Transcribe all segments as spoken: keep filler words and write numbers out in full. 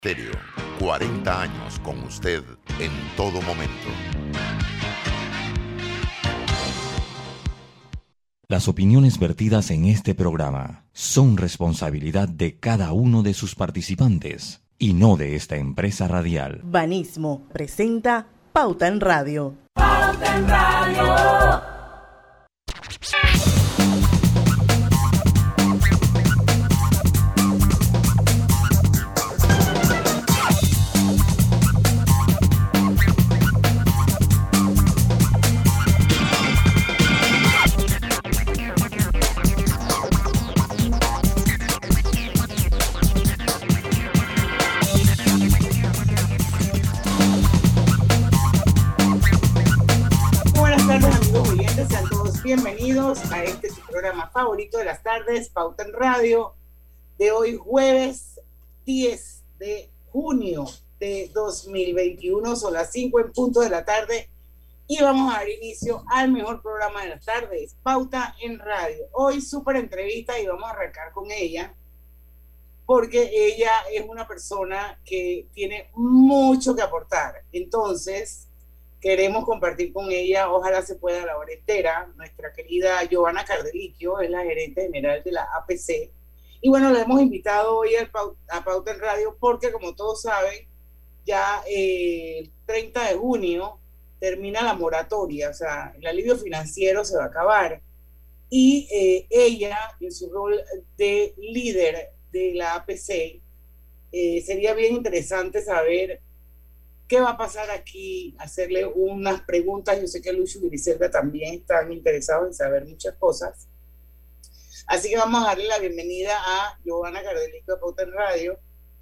Estéreo, cuarenta años con usted en todo momento. Las opiniones vertidas en este programa son responsabilidad de cada uno de sus participantes y no de esta empresa radial. Banismo presenta Pauta en Radio. Pauta en Radio. Bienvenidos a este su programa favorito de las tardes, Pauta en Radio, de hoy jueves diez de junio de dos mil veintiuno, son las cinco en punto de la tarde y vamos a dar inicio al mejor programa de las tardes, Pauta en Radio. Hoy súper entrevista y vamos a arrancar con ella porque ella es una persona que tiene mucho que aportar, entonces queremos compartir con ella, ojalá se pueda la hora entera, nuestra querida Giovanna Cardeliquio, es la gerente general de la A P C. Y bueno, la hemos invitado hoy a Pauta en Radio porque, como todos saben, ya eh, el treinta de junio termina la moratoria, o sea, el alivio financiero se va a acabar. Y eh, ella, en su rol de líder de la A P C, eh, sería bien interesante saber qué va a pasar aquí, hacerle unas preguntas. Yo sé que Lucho y Griselda también están interesados en saber muchas cosas. Así que vamos a darle la bienvenida a Giovanna Cardeliquio de Pauta en Radio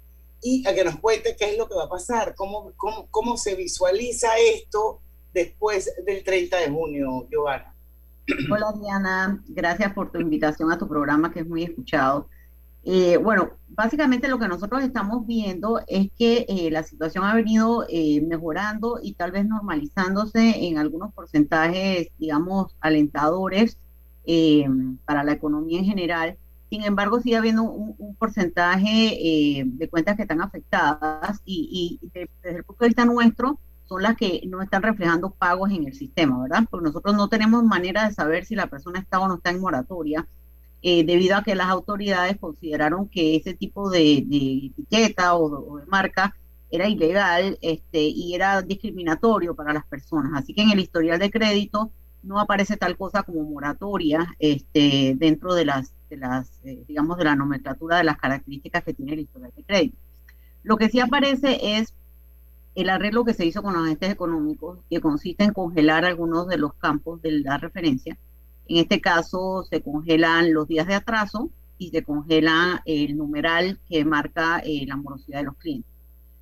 y a que nos cuente qué es lo que va a pasar, cómo, cómo, cómo se visualiza esto después del treinta de junio, Giovanna. Hola Diana, gracias por tu invitación a tu programa que es muy escuchado. Eh, bueno, básicamente lo que nosotros estamos viendo es que eh, la situación ha venido eh, mejorando y tal vez normalizándose en algunos porcentajes, digamos, alentadores eh, para la economía en general. Sin embargo, sigue habiendo un, un porcentaje eh, de cuentas que están afectadas y, y de, desde el punto de vista nuestro son las que no están reflejando pagos en el sistema, ¿verdad? Porque nosotros no tenemos manera de saber si la persona está o no está en moratoria. Eh, debido a que las autoridades consideraron que ese tipo de, de etiqueta o, o de marca era ilegal este, y era discriminatorio para las personas. Así que en el historial de crédito no aparece tal cosa como moratoria este, dentro de las, de las eh, digamos, de la nomenclatura de las características que tiene el historial de crédito. Lo que sí aparece es el arreglo que se hizo con los agentes económicos, que consiste en congelar algunos de los campos de la referencia. En este caso se congelan los días de atraso y se congela el numeral que marca eh, la morosidad de los clientes.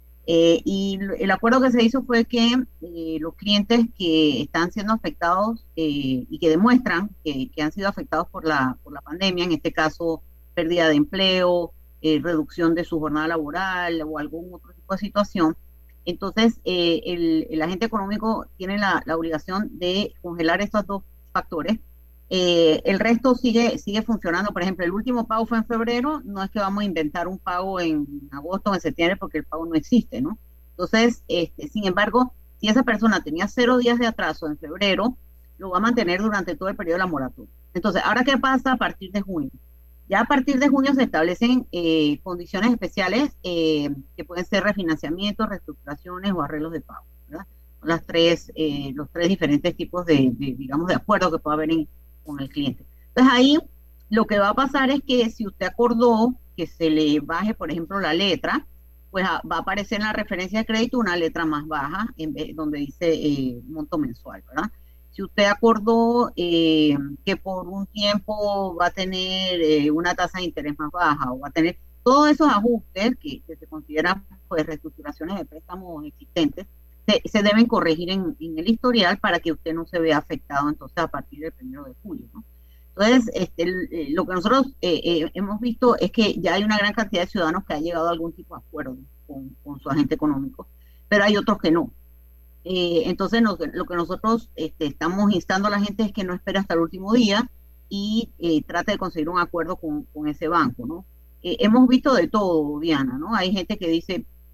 Eh, y el acuerdo que se hizo fue que eh, los clientes que están siendo afectados eh, y que demuestran que, que han sido afectados por la, por la pandemia, en este caso pérdida de empleo, eh, reducción de su jornada laboral o algún otro tipo de situación, entonces eh, el, el agente económico tiene la, la obligación de congelar estos dos factores. Eh, el resto sigue sigue funcionando. Por ejemplo, el último pago fue en febrero, no es que vamos a inventar un pago en agosto o en septiembre porque el pago no existe, ¿no? Entonces, este, sin embargo, si esa persona tenía cero días de atraso en febrero, lo va a mantener durante todo el periodo de la moratoria. Entonces, ¿ahora qué pasa a partir de junio? Ya a partir de junio se establecen eh, condiciones especiales eh, que pueden ser refinanciamientos, reestructuraciones o arreglos de pago, ¿verdad? Las tres, eh, los tres diferentes tipos de, de, digamos, de acuerdo que puede haber en con el cliente. Entonces ahí lo que va a pasar es que si usted acordó que se le baje, por ejemplo, la letra, pues a, va a aparecer en la referencia de crédito una letra más baja en vez, donde dice eh, monto mensual, ¿verdad? Si usted acordó eh, que por un tiempo va a tener eh, una tasa de interés más baja o va a tener todos esos ajustes que, que se consideran pues reestructuraciones de préstamos existentes, Se, se deben corregir en, en el historial para que usted no se vea afectado entonces a partir del primero de julio, ¿no? Entonces, este, lo que nosotros eh, eh, hemos visto es que ya hay una gran cantidad de ciudadanos que ha llegado a algún tipo de acuerdo con, con su agente económico, pero hay otros que no. Eh, entonces, no, lo que nosotros este, estamos instando a la gente es que no espere hasta el último día y eh, trate de conseguir un acuerdo con, con ese banco, ¿no? Eh, hemos visto de todo, Diana, ¿no? Hay gente que dice,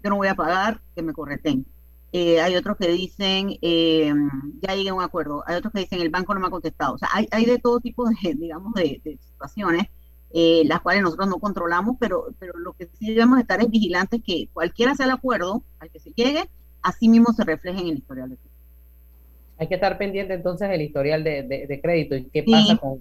yo no voy a pagar, que me correten. Eh, hay otros que dicen, eh, ya llegué a un acuerdo. Hay otros que dicen, el banco no me ha contestado. O sea, hay, hay de todo tipo de, digamos, de, de situaciones, eh, las cuales nosotros no controlamos, pero, pero lo que sí debemos estar es vigilantes que cualquiera sea el acuerdo al que se llegue, así mismo se refleje en el historial de crédito. Hay que estar pendiente entonces del historial de, de, de crédito y qué sí. pasa con...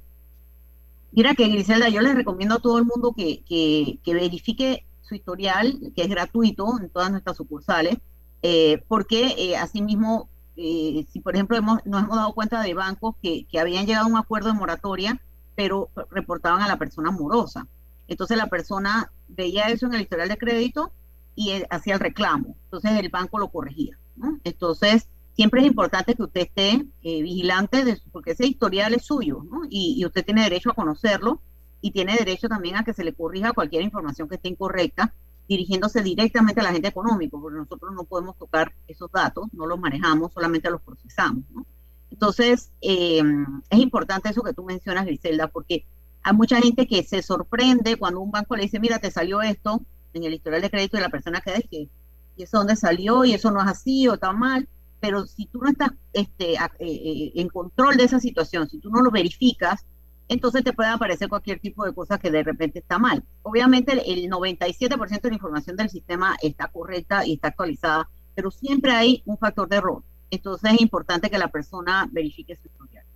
Mira que, Griselda, yo les recomiendo a todo el mundo que, que, que verifique su historial, que es gratuito en todas nuestras sucursales, eh, porque eh, asimismo, eh, si por ejemplo hemos, nos hemos dado cuenta de bancos que, que habían llegado a un acuerdo de moratoria, pero reportaban a la persona morosa. Entonces la persona veía eso en el historial de crédito y eh, hacía el reclamo. Entonces el banco lo corregía, ¿no? Entonces, siempre es importante que usted esté eh, vigilante, de, porque ese historial es suyo, ¿no? Y, y usted tiene derecho a conocerlo y tiene derecho también a que se le corrija cualquier información que esté incorrecta, dirigiéndose directamente al agente económico, porque nosotros no podemos tocar esos datos, no los manejamos, solamente los procesamos, ¿no? Entonces, eh, es importante eso que tú mencionas, Griselda, porque hay mucha gente que se sorprende cuando un banco le dice, mira, te salió esto en el historial de crédito, y la persona queda es que, ¿y eso dónde salió? Y eso no es así o está mal. Pero si tú no estás este, a, eh, en control de esa situación, si tú no lo verificas, entonces te puede aparecer cualquier tipo de cosa que de repente está mal. Obviamente el noventa y siete por ciento de la información del sistema está correcta y está actualizada, pero siempre hay un factor de error. Entonces es importante que la persona verifique su historial.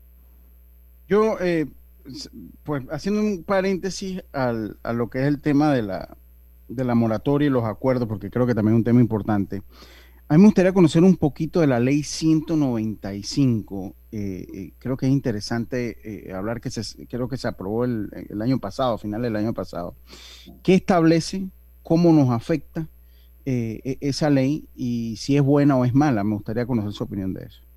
Yo, eh, pues haciendo un paréntesis al, a lo que es el tema de la, de la moratoria y los acuerdos, porque creo que también es un tema importante. A mí me gustaría conocer un poquito de la ley ciento noventa y cinco. Eh, eh, creo que es interesante eh, hablar que se, creo que se aprobó el, el año pasado, a final del año pasado. ¿Qué establece? ¿Cómo nos afecta eh, esa ley? Y si es buena o es mala. Me gustaría conocer su opinión de eso.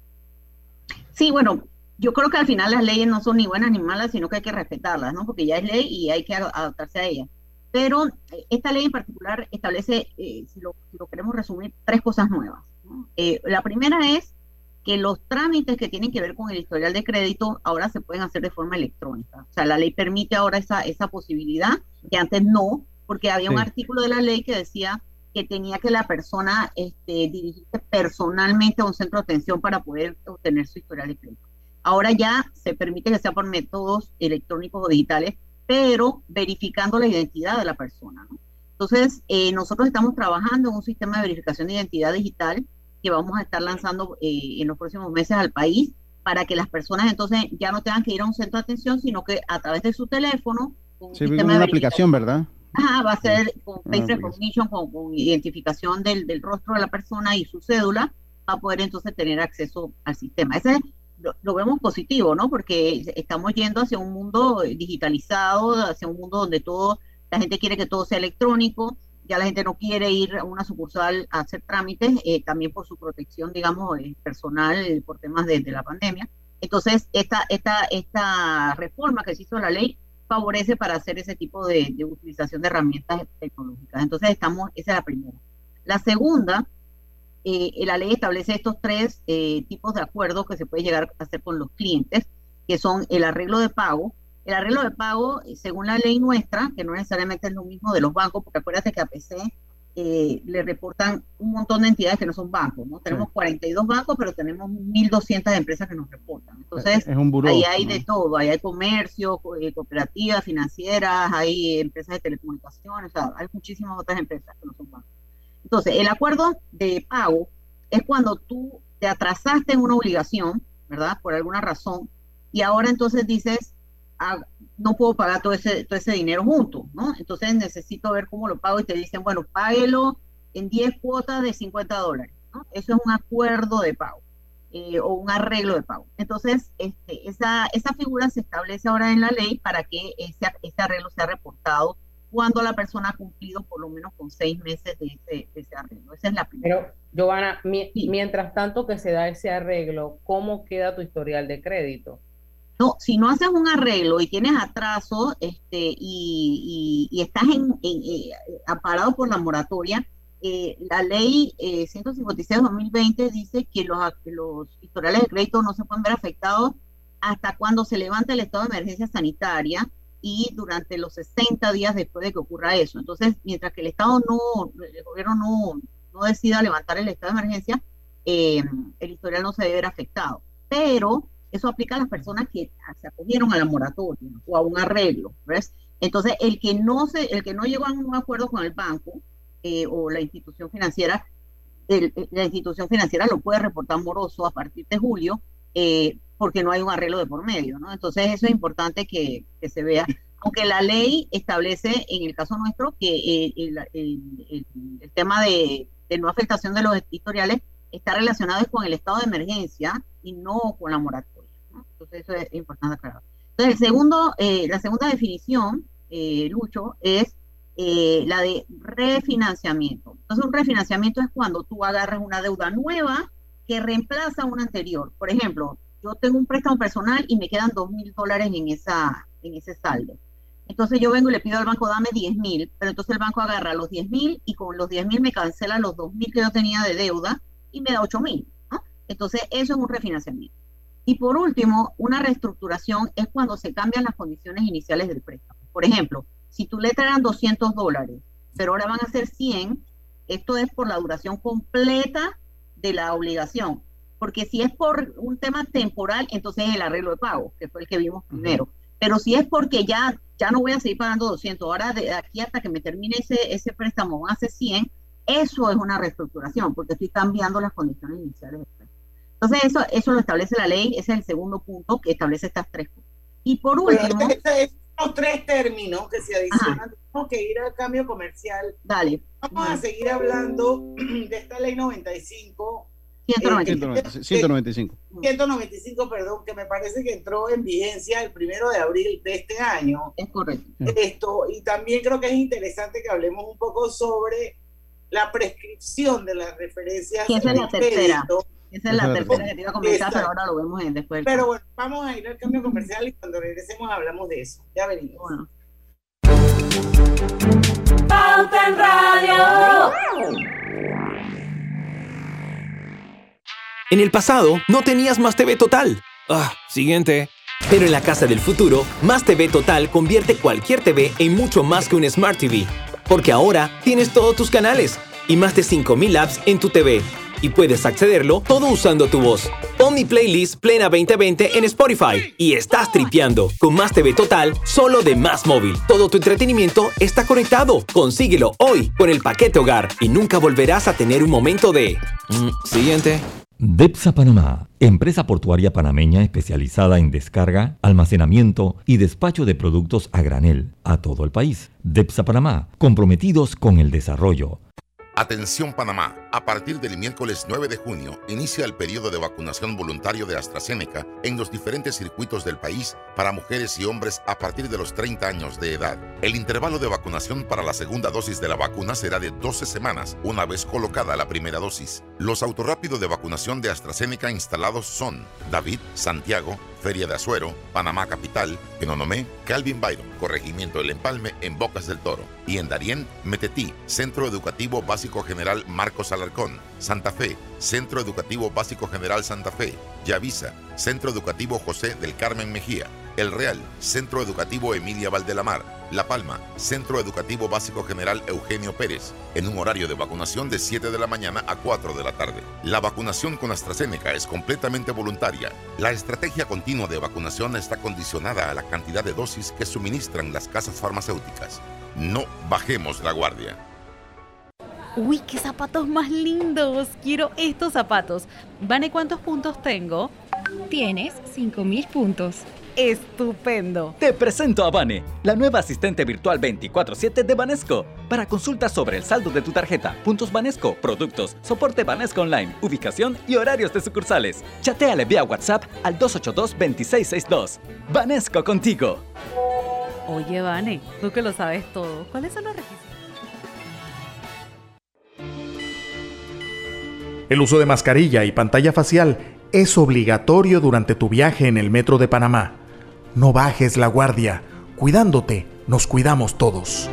Sí, bueno, yo creo que al final las leyes no son ni buenas ni malas, sino que hay que respetarlas, ¿no? Porque ya es ley y hay que adaptarse a ella. Pero esta ley en particular establece, eh, si, lo, si lo queremos resumir, tres cosas nuevas, ¿no? Eh, la primera es que los trámites que tienen que ver con el historial de crédito ahora se pueden hacer de forma electrónica. O sea, la ley permite ahora esa, esa posibilidad, que antes no, porque había sí. un artículo de la ley que decía que tenía que la persona este, dirigirse personalmente a un centro de atención para poder obtener su historial de crédito. Ahora ya se permite que sea por métodos electrónicos o digitales, pero verificando la identidad de la persona, ¿no? Entonces, eh, nosotros estamos trabajando en un sistema de verificación de identidad digital que vamos a estar lanzando eh, en los próximos meses al país, para que las personas entonces ya no tengan que ir a un centro de atención, sino que a través de su teléfono, con un sí, sistema una de aplicación, ¿verdad? Ajá, va a ser con face recognition, con, con identificación del, del rostro de la persona y su cédula, va a poder entonces tener acceso al sistema. Ese es Lo, lo vemos positivo, ¿no? Porque estamos yendo hacia un mundo digitalizado, hacia un mundo donde todo, la gente quiere que todo sea electrónico, ya la gente no quiere ir a una sucursal a hacer trámites, eh, también por su protección, digamos, eh, personal, eh, por temas de, de la pandemia. Entonces, esta, esta, esta reforma que se hizo la ley favorece para hacer ese tipo de, de utilización de herramientas tecnológicas. Entonces, estamos, esa es la primera. La segunda, Eh, la ley establece estos tres eh, tipos de acuerdos que se puede llegar a hacer con los clientes, que son el arreglo de pago. El arreglo de pago, según la ley nuestra, que no necesariamente es lo mismo de los bancos, porque acuérdate que a P C eh, le reportan un montón de entidades que no son bancos, ¿no? Tenemos sí. cuarenta y dos bancos, pero tenemos mil doscientas empresas que nos reportan. Entonces, es un buró, ahí hay ¿no? de todo, ahí hay comercio, eh, cooperativas, financieras, hay empresas de telecomunicaciones, o sea, hay muchísimas otras empresas que no son bancos. Entonces, el acuerdo de pago es cuando tú te atrasaste en una obligación, ¿verdad? Por alguna razón, y ahora entonces dices, ah, no puedo pagar todo ese, todo ese dinero junto, ¿no? Entonces necesito ver cómo lo pago y te dicen, bueno, páguelo en diez cuotas de cincuenta dólares, ¿no? Eso es un acuerdo de pago eh, o un arreglo de pago. Entonces, este, esa, esa figura se establece ahora en la ley para que ese, ese arreglo sea reportado cuando la persona ha cumplido por lo menos con seis meses de ese, de ese arreglo. Esa es la primera. Pero, Giovanna, mi, sí. mientras tanto que se da ese arreglo, ¿cómo queda tu historial de crédito? No, si no haces un arreglo y tienes atraso este, y, y, y estás en, en, eh, amparado por la moratoria, eh, la ley eh, ciento cincuenta y seis de dos mil veinte dice que los, los historiales de crédito no se pueden ver afectados hasta cuando se levanta el estado de emergencia sanitaria y durante los sesenta días después de que ocurra eso. Entonces, mientras que el Estado no, el gobierno no, no decida levantar el estado de emergencia, eh, el historial no se debe ver afectado. Pero eso aplica a las personas que se acogieron a la moratoria o a un arreglo, ¿ves? Entonces, el que no se, el que no llegó a un acuerdo con el banco eh, o la institución financiera, el, la institución financiera lo puede reportar moroso a partir de julio, eh, porque no hay un arreglo de por medio, ¿no? Entonces, eso es importante que, que se vea. Aunque la ley establece, en el caso nuestro, que eh, el, el, el, el tema de, de no afectación de los historiales está relacionado con el estado de emergencia y no con la moratoria, ¿no? Entonces, eso es importante aclarar. Entonces, el segundo, eh, la segunda definición, eh, Lucho, es eh, la de refinanciamiento. Entonces, un refinanciamiento es cuando tú agarras una deuda nueva que reemplaza una anterior. Por ejemplo, yo tengo un préstamo personal y me quedan dos mil dólares en, esa, en ese saldo. Entonces, yo vengo y le pido al banco, dame diez mil, pero entonces el banco agarra los diez mil y con los diez mil me cancela los dos mil que yo tenía de deuda y me da ocho mil, ¿no? Entonces, eso es un refinanciamiento. Y por último, una reestructuración es cuando se cambian las condiciones iniciales del préstamo. Por ejemplo, si tú le traen doscientos dólares, pero ahora van a ser cien, esto es por la duración completa de la obligación. Porque si es por un tema temporal, entonces es el arreglo de pago, que fue el que vimos primero. Uh-huh. Pero si es porque ya, ya no voy a seguir pagando doscientos, ahora de aquí hasta que me termine ese, ese préstamo van a ser cien, eso es una reestructuración, porque estoy cambiando las condiciones iniciales del préstamo. Entonces, eso, eso lo establece la ley, ese es el segundo punto que establece estas tres cosas. Y por último... Pero este, este, estos tres términos que se adicionan, ajá, tenemos que ir al cambio comercial. Dale. Vamos a seguir hablando de esta ley noventa y cinco. ciento noventa y cinco. Eh, ciento noventa y cinco. ciento noventa y cinco, perdón, que me parece que entró en vigencia el primero de abril de este año. Es correcto. Esto, y también creo que es interesante que hablemos un poco sobre la prescripción de las referencias. Que esa es la tercera. Esa es la tercera que te iba a comentar, pero ahora lo vemos en después. Pero bueno, vamos a ir al cambio comercial y cuando regresemos hablamos de eso. Ya venimos. Bueno. Pauta en Radio. En el pasado, no tenías Más T V Total. Ah, siguiente. Pero en la casa del futuro, Más T V Total convierte cualquier T V en mucho más que un Smart T V. Porque ahora tienes todos tus canales y más de cinco mil apps en tu T V. Y puedes accederlo todo usando tu voz. Pon mi playlist Plena veinte veinte en Spotify y estás tripeando con Más T V Total solo de Más Móvil. Todo tu entretenimiento está conectado. Consíguelo hoy con el paquete hogar y nunca volverás a tener un momento de... Mm, siguiente. Depsa Panamá, empresa portuaria panameña especializada en descarga, almacenamiento y despacho de productos a granel a todo el país. Depsa Panamá, comprometidos con el desarrollo. Atención Panamá, a partir del miércoles nueve de junio inicia el periodo de vacunación voluntario de AstraZeneca en los diferentes circuitos del país para mujeres y hombres a partir de los treinta años de edad. El intervalo de vacunación para la segunda dosis de la vacuna será de doce semanas, una vez colocada la primera dosis. Los autorrápidos de vacunación de AstraZeneca instalados son David, Santiago, Feria de Azuero, Panamá Capital, Penonomé, Calvin Byron, Corregimiento del Empalme en Bocas del Toro y en Darién, Metetí, Centro Educativo Básico General Marcos Alarcón, Santa Fe, Centro Educativo Básico General Santa Fe, Yavisa, Centro Educativo José del Carmen Mejía, El Real, Centro Educativo Emilia Valdelamar, La Palma, Centro Educativo Básico General Eugenio Pérez, en un horario de vacunación de siete de la mañana a cuatro de la tarde. La vacunación con AstraZeneca es completamente voluntaria. La estrategia continua de vacunación está condicionada a la cantidad de dosis que suministran las casas farmacéuticas. No bajemos la guardia. Uy, qué zapatos más lindos. Quiero estos zapatos. Vane, ¿cuántos puntos tengo? Tienes cinco mil puntos. ¡Estupendo! Te presento a Vane, la nueva asistente virtual veinticuatro siete de Banesco. Para consultas sobre el saldo de tu tarjeta, puntos Banesco, productos, soporte Banesco Online, ubicación y horarios de sucursales. Chatéale vía WhatsApp al dos ocho dos, dos seis seis dos. Banesco contigo. Oye, Vane, tú que lo sabes todo, ¿cuáles son los requisitos? El uso de mascarilla y pantalla facial es obligatorio durante tu viaje en el metro de Panamá. No bajes la guardia. Cuidándote, nos cuidamos todos.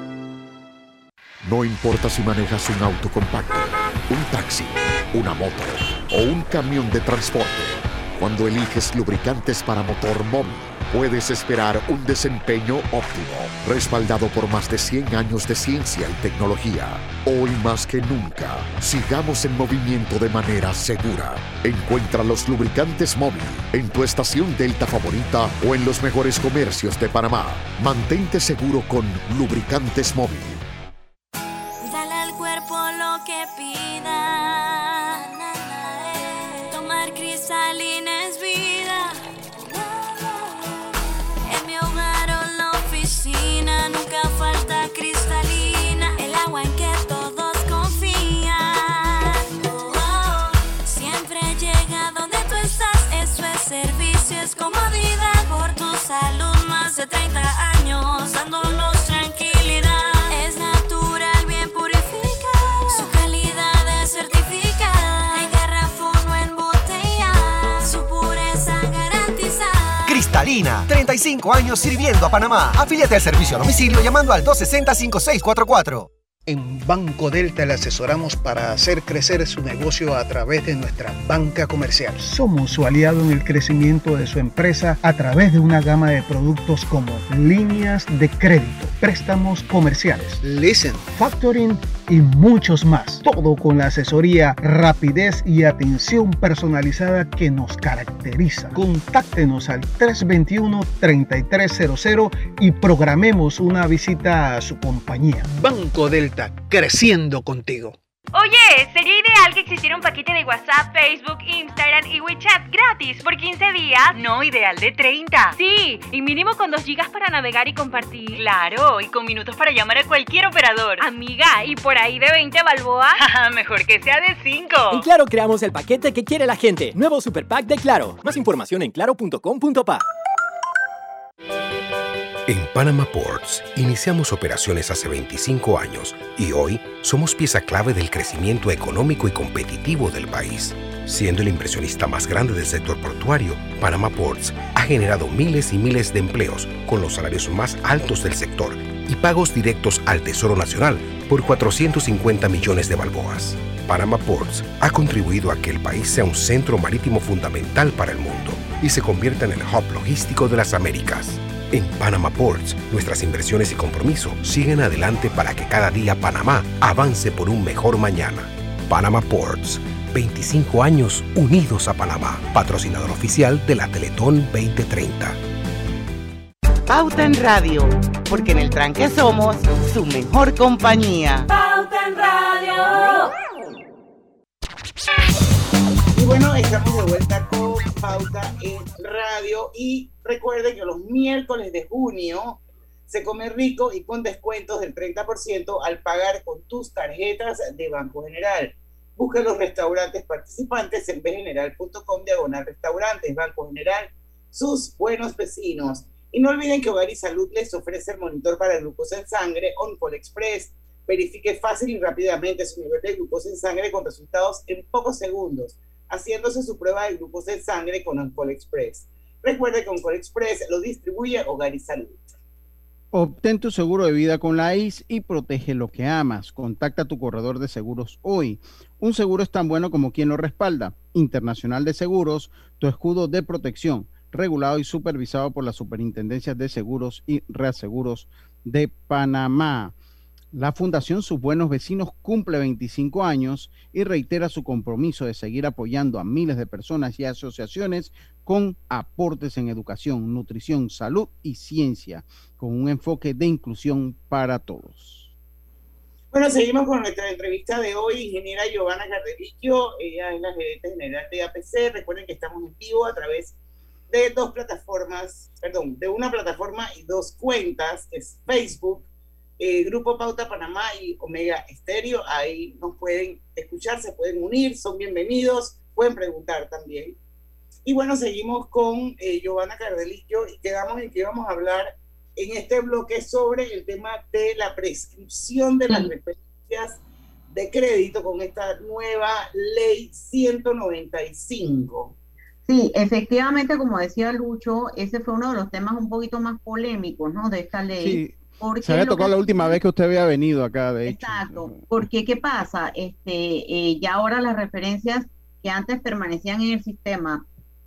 No importa si manejas un auto compacto, un taxi, una moto o un camión de transporte. Cuando eliges lubricantes para motor móvil, puedes esperar un desempeño óptimo, respaldado por más de cien años de ciencia y tecnología. Hoy más que nunca, sigamos en movimiento de manera segura. Encuentra los lubricantes Móvil en tu estación Delta favorita o en los mejores comercios de Panamá. Mantente seguro con Lubricantes Móvil. Dale al cuerpo lo que pida. Tomar Cristalina es vida. En mi hogar o la oficina nunca falta Cristalina, el agua en que todos confían. Oh, oh. Siempre llega donde tú estás, eso es servicio, es comodidad. Por tu salud más de treinta años, dándonos tranquilidad. Es natural, bien purificada, su calidad es certificada. En garrafón o en botella, su pureza garantizada. Cristalina, treinta y cinco años sirviendo a Panamá. Afíliate al servicio a domicilio llamando al dos sesenta, cincuenta y seis cuarenta y cuatro. En Banco Delta le asesoramos para hacer crecer su negocio a través de nuestra banca comercial. Somos su aliado en el crecimiento de su empresa a través de una gama de productos como líneas de crédito, préstamos comerciales, leasing, factoring y muchos más. Todo con la asesoría, rapidez y atención personalizada que nos caracteriza. Contáctenos al tres dos uno, tres tres cero cero y programemos una visita a su compañía. Banco Delta, creciendo contigo. Oye, sería ideal que existiera un paquete de WhatsApp, Facebook, Instagram y WeChat gratis por quince días. No, ideal de treinta. Sí, y mínimo con dos gigas para navegar y compartir. Claro, y con minutos para llamar a cualquier operador. Amiga, ¿y por ahí de veinte balboas? Mejor que sea de cinco. En Claro creamos el paquete que quiere la gente. Nuevo Super Pack de Claro. Más información en claro punto com punto pa. En Panama Ports iniciamos operaciones hace veinticinco años y hoy somos pieza clave del crecimiento económico y competitivo del país. Siendo el inversionista más grande del sector portuario, Panama Ports ha generado miles y miles de empleos con los salarios más altos del sector y pagos directos al Tesoro Nacional por cuatrocientos cincuenta millones de balboas. Panama Ports ha contribuido a que el país sea un centro marítimo fundamental para el mundo y se convierta en el hub logístico de las Américas. En Panama Ports, nuestras inversiones y compromiso siguen adelante para que cada día Panamá avance por un mejor mañana. Panama Ports, veinticinco años unidos a Panamá, patrocinador oficial de la Teletón veinte treinta. Pauta en Radio, porque en el tranque somos su mejor compañía. Pauta en Radio. Y bueno, estamos de vuelta con Pauta en Radio y recuerden que los miércoles de junio se come rico y con descuentos del treinta por ciento al pagar con tus tarjetas de Banco General. Busca los restaurantes participantes en bgeneral punto com diagonal restaurantes. Banco General, sus buenos vecinos. Y no olviden que Hogar y Salud les ofrece el monitor para glucosa en sangre OnCall Express. Verifique fácil y rápidamente su nivel de glucosa en sangre con resultados en pocos segundos, haciéndose su prueba de glucosa en sangre con OnCall Express. Recuerde que OnCall Express lo distribuye Hogar y Salud. Obtén tu seguro de vida con la I S y protege lo que amas. Contacta a tu corredor de seguros hoy. Un seguro es tan bueno como quien lo respalda. Internacional de Seguros, tu escudo de protección, regulado y supervisado por la Superintendencia de Seguros y Reaseguros de Panamá. La Fundación Sus Buenos Vecinos cumple veinticinco años y reitera su compromiso de seguir apoyando a miles de personas y asociaciones con aportes en educación, nutrición, salud y ciencia, con un enfoque de inclusión para todos. Bueno, seguimos con nuestra entrevista de hoy, ingeniera Giovanna Cardelicchio, ella es la gerente general de A P C. Recuerden que estamos en vivo a través de dos plataformas, perdón, de una plataforma y dos cuentas, que es Facebook, Eh, Grupo Pauta Panamá y Omega Estéreo. Ahí nos pueden escuchar, se pueden unir, son bienvenidos, pueden preguntar también. Y bueno, seguimos con eh, Giovanna Cardelicchio y quedamos en que íbamos a hablar en este bloque sobre el tema de la prescripción de las referencias de crédito con esta nueva ley ciento noventa y cinco. Sí, efectivamente, como decía Lucho, ese fue uno de los temas un poquito más polémicos, ¿no?, de esta ley. Sí. Porque se había tocado que... la última vez que usted había venido acá, de hecho. Exacto, porque ¿qué pasa? Este, eh, ya ahora las referencias que antes permanecían en el sistema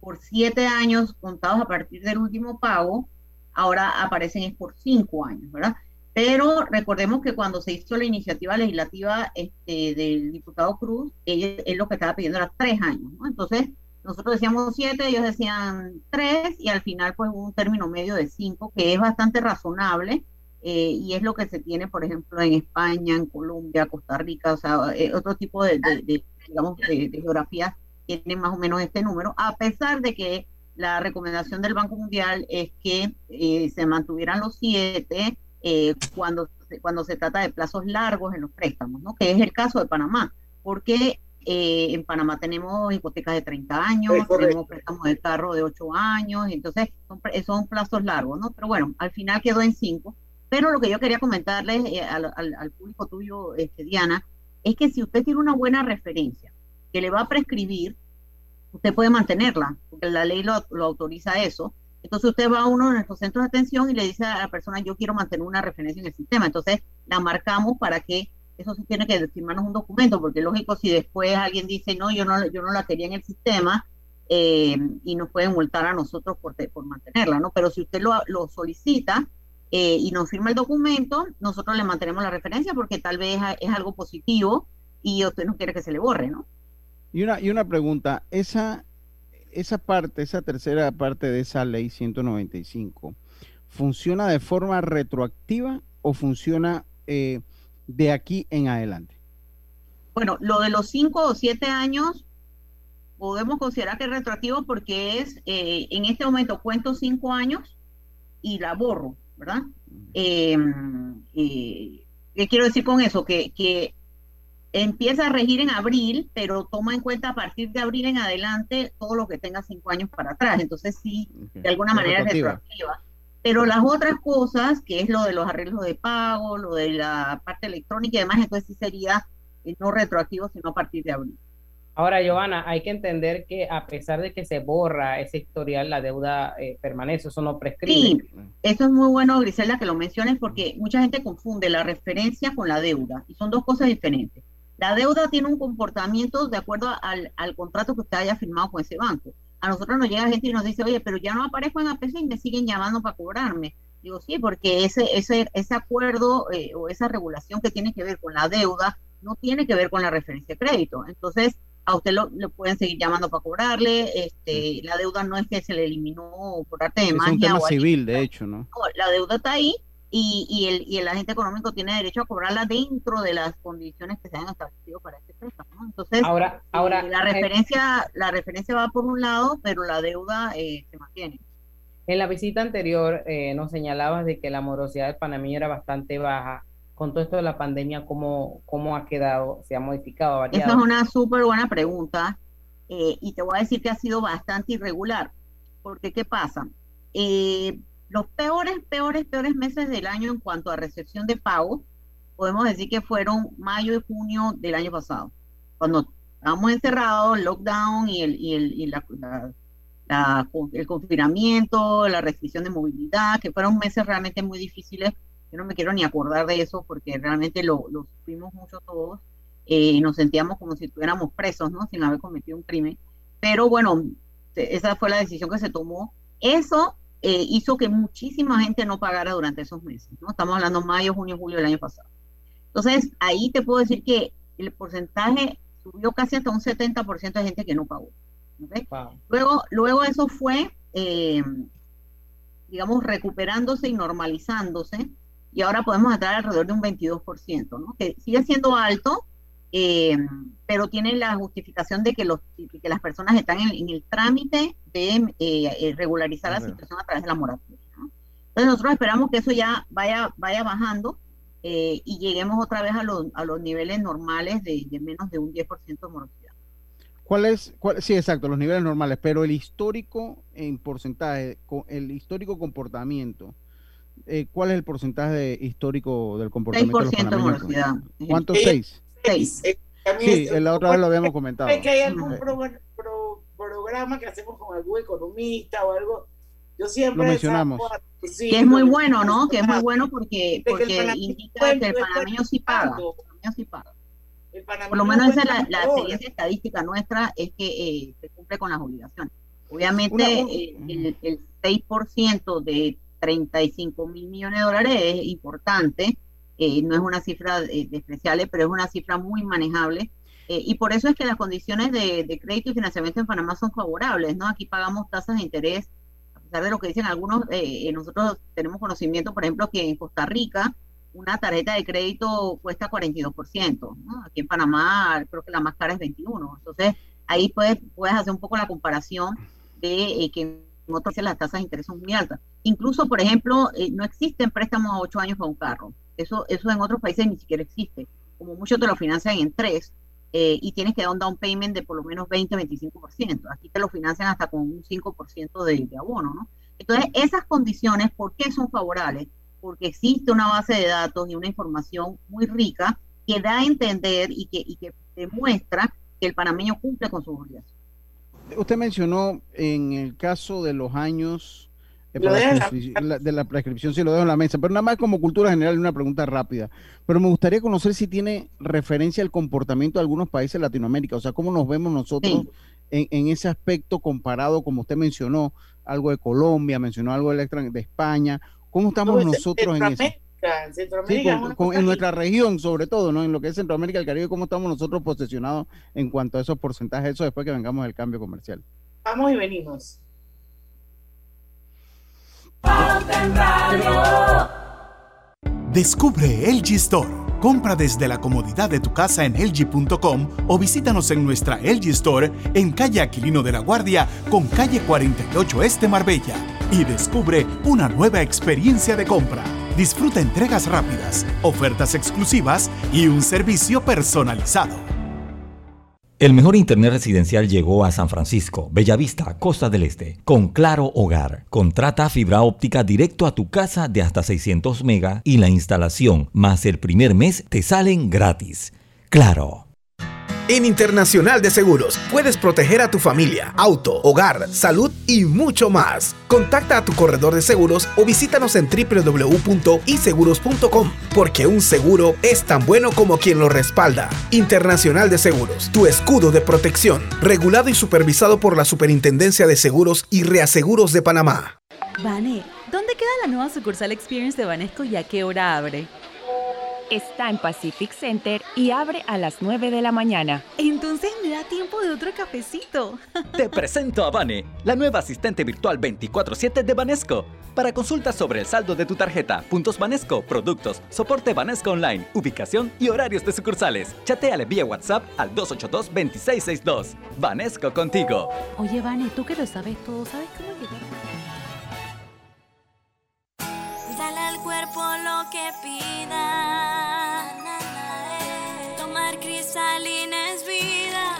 por siete años contados a partir del último pago, ahora aparecen es por cinco años, ¿verdad? Pero recordemos que cuando se hizo la iniciativa legislativa este, del diputado Cruz, él, él lo que estaba pidiendo era tres años, ¿no? Entonces, nosotros decíamos siete, ellos decían tres, y al final pues hubo un término medio de cinco, que es bastante razonable, eh, y es lo que se tiene, por ejemplo, en España, en Colombia, Costa Rica, o sea, eh, otro tipo de, de, de digamos, de, de geografías tienen más o menos este número, a pesar de que la recomendación del Banco Mundial es que eh, se mantuvieran los siete eh, cuando, cuando se trata de plazos largos en los préstamos, ¿no? Que es el caso de Panamá, porque eh, en Panamá tenemos hipotecas de treinta años, tenemos préstamos de carro de ocho años, entonces son, son plazos largos, ¿no? Pero bueno, al final quedó en cinco. Pero lo que yo quería comentarles eh, al, al, al público tuyo, este, Diana, es que si usted tiene una buena referencia que le va a prescribir, usted puede mantenerla, porque la ley lo, lo autoriza eso. Entonces usted va a uno de nuestros centros de atención y le dice a la persona, yo quiero mantener una referencia en el sistema. Entonces la marcamos para que, eso sí tiene que firmarnos un documento, porque lógico, si después alguien dice, no, yo no, yo no la quería en el sistema, eh, y nos pueden multar a nosotros por, por mantenerla, ¿no? Pero si usted lo, lo solicita eh, y nos firma el documento, nosotros le mantenemos la referencia porque tal vez es algo positivo y usted no quiere que se le borre, ¿no? Y una, y una pregunta, esa, esa parte, esa tercera parte de esa ley ciento noventa y cinco, ¿funciona de forma retroactiva o funciona eh, de aquí en adelante? Bueno, lo de los cinco o siete años podemos considerar que es retroactivo porque es, eh, en este momento cuento cinco años y la borro, ¿verdad? Eh, eh, ¿Qué quiero decir con eso? Que, que empieza a regir en abril, pero toma en cuenta a partir de abril en adelante todo lo que tenga cinco años para atrás. Entonces sí, okay, de alguna manera es retroactiva. Pero las otras cosas, que es lo de los arreglos de pago, lo de la parte electrónica y demás, entonces sí sería eh, no retroactivo, sino a partir de abril. Ahora, Giovanna, hay que entender que a pesar de que se borra ese historial, la deuda eh, permanece, eso no prescribe. Sí, eso es muy bueno, Griselda, que lo menciones, porque mucha gente confunde la referencia con la deuda, y son dos cosas diferentes. La deuda tiene un comportamiento de acuerdo al, al contrato que usted haya firmado con ese banco. A nosotros nos llega gente y nos dice, oye, pero ya no aparezco en A P C y me siguen llamando para cobrarme. Digo, sí, porque ese, ese, ese acuerdo eh, o esa regulación que tiene que ver con la deuda no tiene que ver con la referencia de crédito. Entonces, a usted lo, le pueden seguir llamando para cobrarle. Este, sí. La deuda no es que se le eliminó por arte de es magia. Es un tema o civil, de hecho, ¿no? No, la deuda está ahí. Y, y, el, y el agente económico tiene derecho a cobrarla dentro de las condiciones que se hayan establecido para este préstamo, ¿no? Entonces, ahora, ahora eh, la referencia la referencia va por un lado, pero la deuda eh, se mantiene. En la visita anterior eh, nos señalabas de que la morosidad del panameño era bastante baja. Con todo esto de la pandemia, ¿cómo, cómo ha quedado? ¿Se ha modificado, variado? Esa es una súper buena pregunta, eh, y te voy a decir que ha sido bastante irregular. Porque, ¿qué pasa? Eh, Los peores, peores, peores meses del año en cuanto a recepción de pagos, podemos decir que fueron mayo y junio del año pasado, cuando estábamos encerrados, lockdown y el, y el, y la, la, la, el confinamiento, la restricción de movilidad, que fueron meses realmente muy difíciles. Yo no me quiero ni acordar de eso porque realmente lo, lo sufrimos mucho todos, eh, y nos sentíamos como si estuviéramos presos, ¿no? Sin haber cometido un crimen. Pero bueno, esa fue la decisión que se tomó. Eso Eh, hizo que muchísima gente no pagara durante esos meses, ¿no? Estamos hablando mayo, junio, julio del año pasado. Entonces, ahí te puedo decir que el porcentaje subió casi hasta un setenta por ciento de gente que no pagó. ¿Okay? Wow. Luego, luego eso fue, eh, digamos, recuperándose y normalizándose, y ahora podemos estar alrededor de un veintidós por ciento, ¿no? Que sigue siendo alto, eh, pero tiene la justificación de que, los, de que las personas están en, en el trámite de eh, regularizar la situación a través de la moratoria, ¿no? Entonces nosotros esperamos que eso ya vaya, vaya bajando eh, y lleguemos otra vez a los, a los niveles normales de, de menos de un diez por ciento de morosidad. ¿Cuál es? Cuál, sí, exacto, los niveles normales, pero el histórico en porcentaje, el histórico comportamiento, eh, ¿cuál es el porcentaje de histórico del comportamiento seis por ciento de los de morosidad. ¿Cuánto? ¿seis? seis. Sí, la otra vez lo habíamos comentado. Es que hay algún pro, pro, programa que hacemos con algún economista o algo. Yo siempre lo mencionamos. Sí, que es muy bueno, ¿no? Que es muy bueno porque, porque que indica que el panameño sí paga. El panameño sí paga. Por lo menos esa es la, la experiencia estadística nuestra, es que eh, se cumple con las obligaciones. Obviamente, Una- eh, el, el seis por ciento de treinta y cinco mil millones de dólares es importante, eh, no es una cifra eh, despreciable, pero es una cifra muy manejable, eh, y por eso es que las condiciones de, de crédito y financiamiento en Panamá son favorables, ¿no? Aquí pagamos tasas de interés, a pesar de lo que dicen algunos, eh, nosotros tenemos conocimiento, por ejemplo, que en Costa Rica una tarjeta de crédito cuesta cuarenta y dos por ciento, ¿no? Aquí en Panamá creo que la más cara es veintiuno por ciento, entonces ahí puedes, puedes hacer un poco la comparación de eh, que en otros países las tasas de interés son muy altas. Incluso, por ejemplo, eh, no existen préstamos a ocho años para un carro. Eso, eso en otros países ni siquiera existe. Como mucho te lo financian en tres eh, y tienes que dar un down payment de por lo menos veinte a veinticinco por ciento. Aquí te lo financian hasta con un cinco por ciento de, de abono, ¿no? Entonces, esas condiciones, ¿por qué son favorables? Porque existe una base de datos y una información muy rica que da a entender y que, y que demuestra que el panameño cumple con sus obligaciones. Usted mencionó en el caso de los años eh, Lo para la dejas. prescripción- la- de la prescripción, sí lo dejo en la mesa, pero nada más como cultura general, una pregunta rápida. Pero me gustaría conocer si tiene referencia al comportamiento de algunos países de Latinoamérica, o sea, cómo nos vemos nosotros Sí. en, en ese aspecto comparado, como usted mencionó, algo de Colombia, mencionó algo del extra- de España, ¿cómo estamos No, nosotros en eso? Centroamérica, Sí, Centroamérica es con- una con- cosa en nuestra región, sobre todo, ¿no? En lo que es Centroamérica y el Caribe, ¿cómo estamos nosotros posicionados en cuanto a esos porcentajes? Eso después que vengamos del cambio comercial. Vamos y venimos. Descubre L G Store. Compra desde la comodidad de tu casa en L G punto com o visítanos en nuestra L G Store en calle Aquilino de la Guardia con calle cuarenta y ocho Este Marbella y descubre una nueva experiencia de compra. Disfruta entregas rápidas, ofertas exclusivas y un servicio personalizado. El mejor internet residencial llegó a San Francisco, Bellavista, Costa del Este, con Claro Hogar. Contrata fibra óptica directo a tu casa de hasta seiscientos mega y la instalación más el primer mes te salen gratis. Claro. En Internacional de Seguros puedes proteger a tu familia, auto, hogar, salud y mucho más. Contacta a tu corredor de seguros o visítanos en doble u doble u doble u punto i seguros punto com, porque un seguro es tan bueno como quien lo respalda. Internacional de Seguros, tu escudo de protección, regulado y supervisado por la Superintendencia de Seguros y Reaseguros de Panamá. Vane, ¿dónde queda la nueva sucursal Experience de Banesco y a qué hora abre? Está en Pacific Center y abre a las nueve de la mañana. Entonces me da tiempo de otro cafecito. Te presento a Vane, la nueva asistente virtual veinticuatro siete de Banesco. Para consultas sobre el saldo de tu tarjeta, puntos Banesco, productos, soporte Banesco Online, ubicación y horarios de sucursales. Chatéale vía WhatsApp al dos ocho dos, dos seis seis dos. Banesco contigo. Oye, Vane, tú que lo sabes todo, ¿sabes cómo llegar? Dale al cuerpo lo que pida. Tomar Cristalina es vida.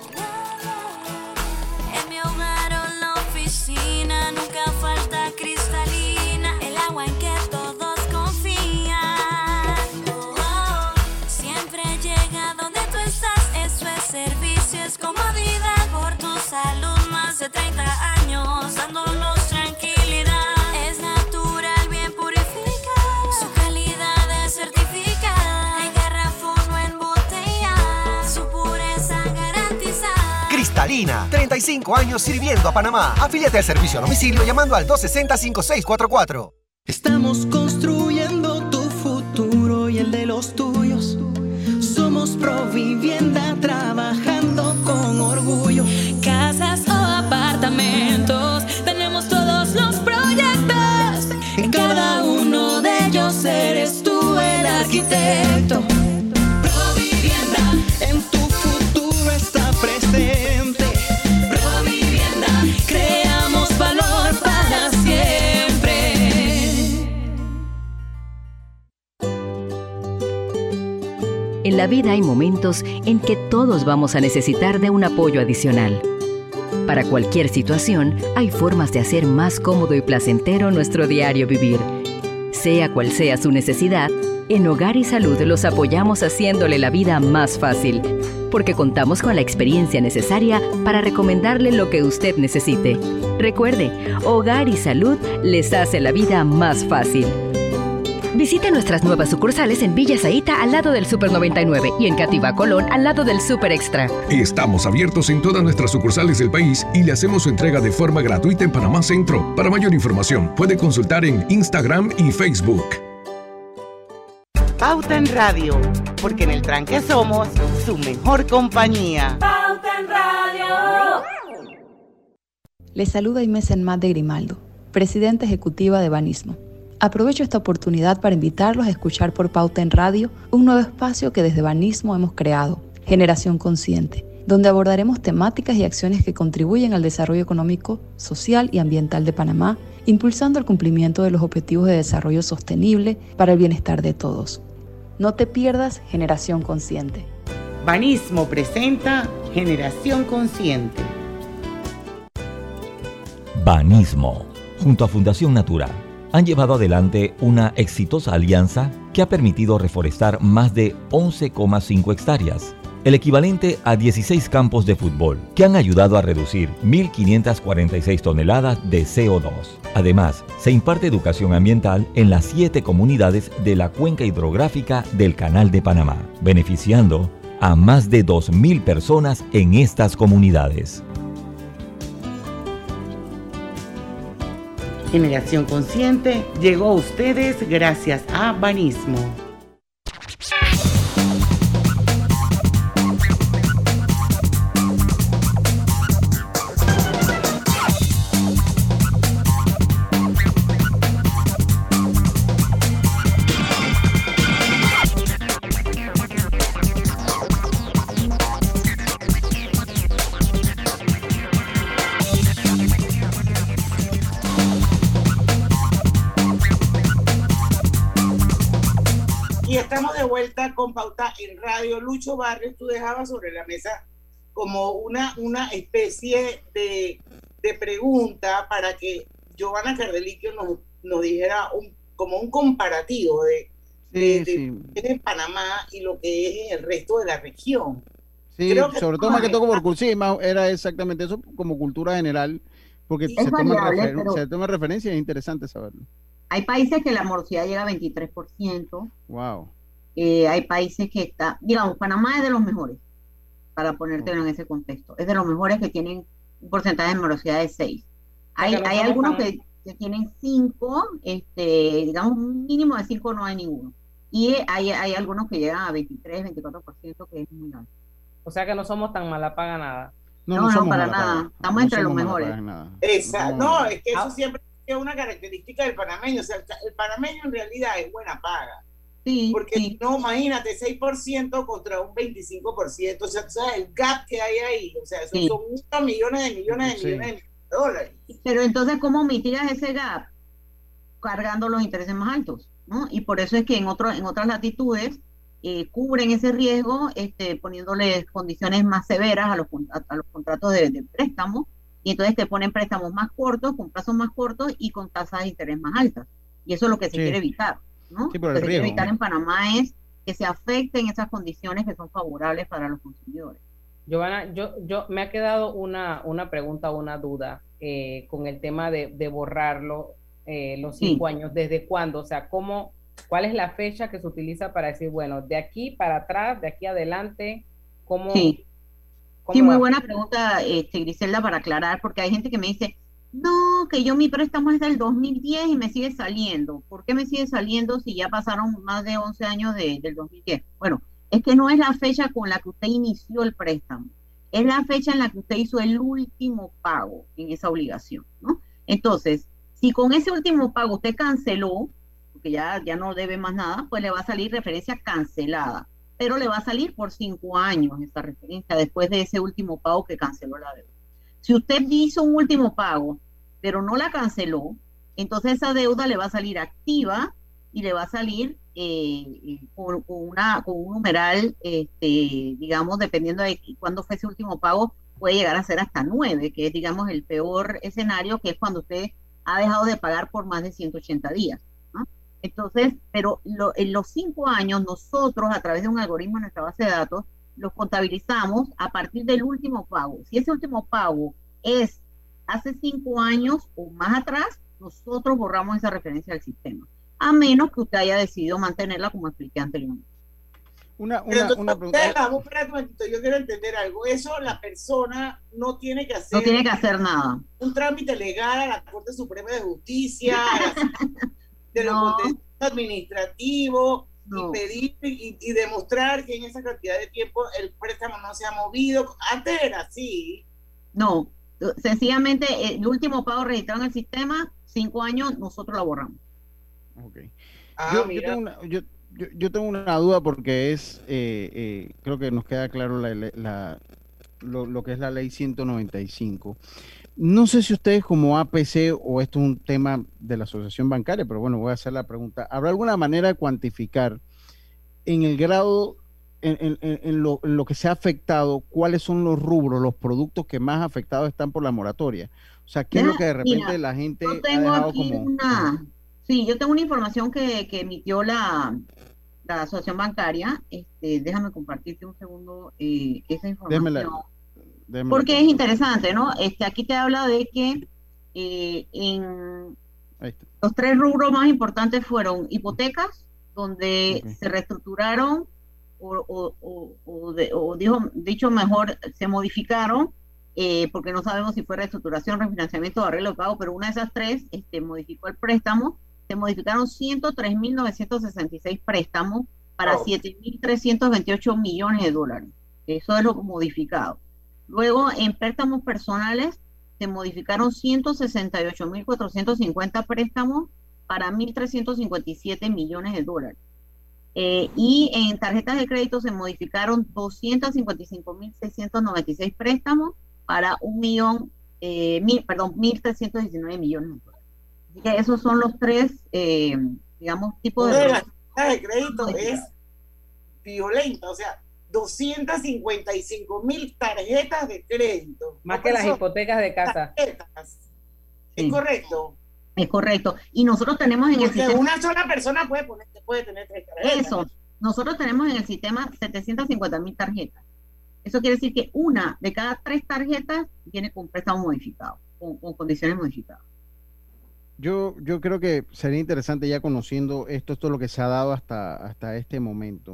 En mi hogar o la oficina nunca falta cristalina, el agua en que todos confían. Oh, oh. Siempre llega donde tú estás, eso es servicio, es comodidad. Por tu salud más de treinta años, dándonos tranquilidad. Es natural, bien purificada, su calidad es certificada. En garrafón o en botella, su pureza garantizada. Cristalina, treinta y cinco años sirviendo a Panamá. Afíliate al servicio a domicilio llamando al dos sesenta, cincuenta y seis cuarenta y cuatro. Estamos construyendo tu futuro y el de los tuyos. Somos Provivienda, trabajando con orgullo. Casas o apartamentos, tenemos todos los proyectos. En cada uno de ellos eres tú el arquitecto. Provivienda, en tu futuro está presente. Provivienda, creamos valor para siempre. En la vida hay momentos en que todos vamos a necesitar de un apoyo adicional. Para cualquier situación, hay formas de hacer más cómodo y placentero nuestro diario vivir. Sea cual sea su necesidad, en Hogar y Salud los apoyamos haciéndole la vida más fácil, porque contamos con la experiencia necesaria para recomendarle lo que usted necesite. Recuerde, Hogar y Salud les hace la vida más fácil. Visite nuestras nuevas sucursales en Villa Zaita al lado del Super noventa y nueve y en Cativa Colón al lado del Super Extra. Estamos abiertos en todas nuestras sucursales del país y le hacemos su entrega de forma gratuita en Panamá Centro. Para mayor información, puede consultar en Instagram y Facebook. Pauta en Radio, porque en el tranque somos su mejor compañía. Pauta en Radio. Les saluda Inés Enmat de Grimaldo, presidenta ejecutiva de Banismo. Aprovecho esta oportunidad para invitarlos a escuchar por Pauta en Radio un nuevo espacio que desde Banismo hemos creado, Generación Consciente, donde abordaremos temáticas y acciones que contribuyen al desarrollo económico, social y ambiental de Panamá, impulsando el cumplimiento de los objetivos de desarrollo sostenible para el bienestar de todos. No te pierdas Generación Consciente. Banismo presenta Generación Consciente. Banismo, junto a Fundación Natura, han llevado adelante una exitosa alianza que ha permitido reforestar más de once coma cinco hectáreas, el equivalente a dieciséis campos de fútbol, que han ayudado a reducir mil quinientas cuarenta y seis toneladas de C O dos. Además, se imparte educación ambiental en las siete comunidades de la cuenca hidrográfica del Canal de Panamá, beneficiando a más de dos mil personas en estas comunidades. Generación Consciente llegó a ustedes gracias a Banismo. Estamos de vuelta con Pauta en Radio. Lucho Barrios, tú dejabas sobre la mesa como una, una especie de, de pregunta para que Giovanna Cardeliquio nos, nos dijera un, como un comparativo de, sí, de, sí. de, de Panamá y lo que es en el resto de la región. Sí, Creo que sobre todo más que todo por sí, más era exactamente eso como cultura general, porque Sí, se, es toma variable, refer- pero- se toma referencia y es interesante saberlo. Hay países que la morosidad llega a veintitrés por ciento. Wow. Eh, hay países que está, digamos, Panamá es de los mejores, para ponértelo en ese contexto. Es de los mejores que tienen un porcentaje de morosidad de seis. Hay, Porque no hay somos algunos tan- que, que tienen cinco, este, digamos, un mínimo de cinco no hay ninguno. Y hay, hay algunos que llegan a veintitrés, veinticuatro por ciento, que es muy alto. O sea que no somos tan mala paga nada. No, no, somos para mala nada. paga. Estamos No entre los somos mala mejores. paga en nada. Exacto. No, No, no. es que eso siempre es una característica del panameño. O sea, el, el panameño en realidad es buena paga. Sí, Porque sí. no, imagínate, seis por ciento contra un veinticinco por ciento. O sea, tú sabes el gap que hay ahí. O sea, eso Sí. son muchos millones de millones de Sí. millones de millones de dólares. Pero entonces, ¿cómo mitigas ese gap? Cargando los intereses más altos, ¿no? Y por eso es que en, otro, en otras latitudes eh, cubren ese riesgo este, poniéndoles condiciones más severas a los, con- a, a los contratos de, de préstamo, y entonces te ponen préstamos más cortos, con plazos más cortos y con tasas de interés más altas. Y eso es lo que se Sí. quiere evitar, ¿no? Sí, por Lo el que se quiere riesgo. evitar en Panamá es que se afecten esas condiciones que son favorables para los consumidores. Giovanna, yo, yo me ha quedado una, una pregunta, una duda eh, con el tema de, de borrarlo eh, los Sí. cinco años. ¿Desde cuándo? O sea, ¿cómo, ¿cuál es la fecha que se utiliza para decir, bueno, de aquí para atrás, de aquí adelante, cómo? Sí. cómo Sí, lo muy hace? buena pregunta, este, Griselda, para aclarar, porque hay gente que me dice, no, que yo mi préstamo es del dos mil diez y me sigue saliendo. ¿Por qué me sigue saliendo si ya pasaron más de once años de, del dos mil diez? Bueno, es que no es la fecha con la que usted inició el préstamo, es la fecha en la que usted hizo el último pago en esa obligación, ¿no? Entonces, si con ese último pago usted canceló, porque ya, ya no debe más nada, pues le va a salir referencia cancelada, pero le va a salir por cinco años esa referencia después de ese último pago que canceló la deuda. Si usted hizo un último pago, pero no la canceló, entonces esa deuda le va a salir activa y le va a salir eh, eh, con, con una, con un numeral, este, digamos, dependiendo de cuándo fue ese último pago, puede llegar a ser hasta nueve, que es, digamos, el peor escenario, que es cuando usted ha dejado de pagar por más de ciento ochenta días, ¿no? Entonces, pero lo, en los cinco años, nosotros, a través de un algoritmo en nuestra base de datos, los contabilizamos a partir del último pago. Si ese último pago es hace cinco años o más atrás, nosotros borramos esa referencia al sistema. a menos que usted haya decidido mantenerla, como expliqué anteriormente. Una, Pero una, entonces, una pregunta. vamos, espera un momentito, yo quiero entender algo. Eso la persona no tiene que hacer. No tiene que hacer nada. Un trámite legal a la Corte Suprema de Justicia, a la, de los No. contextos administrativos, No. y pedir y, y demostrar que en esa cantidad de tiempo el préstamo no se ha movido. Antes era así. No, sencillamente el último pago registrado en el sistema, cinco años, nosotros lo borramos. Okay. Ah, yo, yo, mira. tengo una, yo, yo, yo tengo una duda porque es, eh, eh, creo que nos queda claro la, la, la- lo, lo que es la ley ciento noventa y cinco. No sé si ustedes como A P C o esto es un tema de la asociación bancaria, pero bueno, voy a hacer la pregunta. ¿Habrá alguna manera de cuantificar en el grado, en, en- en- en lo, en lo que se ha afectado, cuáles son los rubros, los productos que más afectados están por la moratoria? O sea, ¿qué es lo que de repente Mira, la gente yo ha tengo dejado aquí como... una, sí, yo tengo una información que, que emitió la, la asociación bancaria. Este, déjame compartirte un segundo eh, esa información. Démela, démela. Porque es interesante, ¿no? Este, aquí te habla de que eh, en Ahí está. los tres rubros más importantes fueron hipotecas, donde Ok. se reestructuraron o, o, o, o de- o dijo, dicho mejor, se modificaron, eh, porque no sabemos si fue reestructuración, refinanciamiento o arreglo de pago, pero una de esas tres este, modificó el préstamo. Se modificaron ciento tres mil novecientos sesenta y seis préstamos para Wow. siete mil trescientos veintiocho millones de dólares. Eso es lo modificado. Luego, en préstamos personales, se modificaron ciento sesenta y ocho mil cuatrocientos cincuenta préstamos para mil trescientos cincuenta y siete millones de dólares. Eh, y en tarjetas de crédito se modificaron doscientos cincuenta y cinco mil seiscientos noventa y seis préstamos para un millón, eh, mil, perdón, mil trescientos diecinueve millones de dólares. Así que esos son los tres, eh, digamos, tipos Una de de... las tarjetas de crédito es violenta, o sea, doscientos cincuenta y cinco mil tarjetas de crédito. Más No que las personas, hipotecas de casa. tarjetas. ¿Es Sí. correcto? Es correcto. Y nosotros tenemos en el Porque sistema... una sola persona puede, poner, puede tener tres tarjetas. Eso, nosotros tenemos en el sistema setecientos cincuenta mil tarjetas. Eso quiere decir que una de cada tres tarjetas viene con préstamo modificado, con, con condiciones modificadas. Yo, yo creo que sería interesante ya conociendo esto, esto es lo que se ha dado hasta, hasta este momento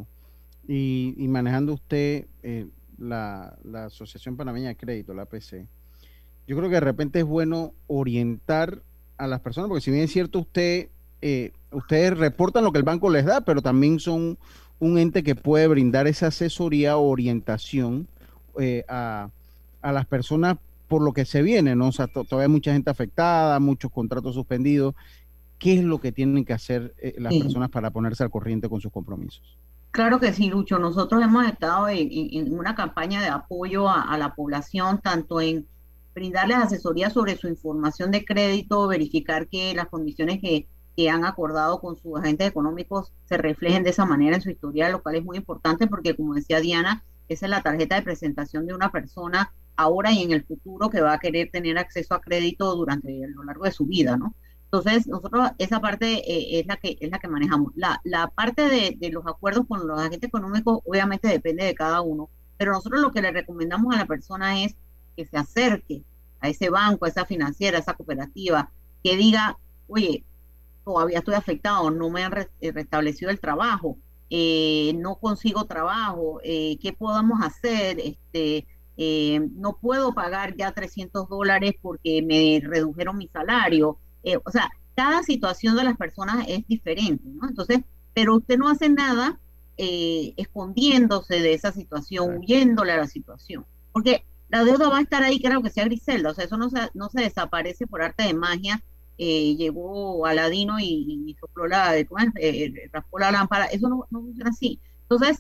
y, y manejando usted eh, la, la Asociación Panameña de Crédito, la A P C. Yo creo que de repente es bueno orientar a las personas, porque si bien es cierto usted, eh, ustedes reportan lo que el banco les da, pero también son un ente que puede brindar esa asesoría o orientación eh, a, a las personas por lo que se viene, ¿no? O sea, to- todavía hay mucha gente afectada, muchos contratos suspendidos. ¿Qué es lo que tienen que hacer eh, las Sí. personas para ponerse al corriente con sus compromisos? Claro que sí, Lucho. Nosotros hemos estado en, en- en una campaña de apoyo a, a la población, tanto en brindarles asesoría sobre su información de crédito, verificar que las condiciones que, que han acordado con sus agentes económicos se reflejen de esa manera en su historial, lo cual es muy importante porque, como decía Diana, esa es la tarjeta de presentación de una persona ahora y en el futuro que va a querer tener acceso a crédito durante a lo largo de su vida, ¿no? Entonces, nosotros esa parte eh, es la que es la que manejamos. La, la parte de, de los acuerdos con los agentes económicos obviamente depende de cada uno, pero nosotros lo que le recomendamos a la persona es que se acerque a ese banco, a esa financiera, a esa cooperativa, que diga, oye, todavía estoy afectado, no me han re- eh, restablecido el trabajo, eh, no consigo trabajo, eh, ¿qué podamos hacer? Este, eh, no puedo pagar ya trescientos dólares porque me redujeron mi salario. Eh, o sea, cada situación de las personas es diferente, ¿no? Entonces, pero usted no hace nada eh, escondiéndose de esa situación, huyéndole a la situación, porque la deuda va a estar ahí, creo que sea Griselda, o sea, eso no se, no se desaparece por arte de magia. Eh, llegó Aladino y, y sopló la, ¿cómo es? Eh, raspó la lámpara, eso no, no funciona así. Entonces,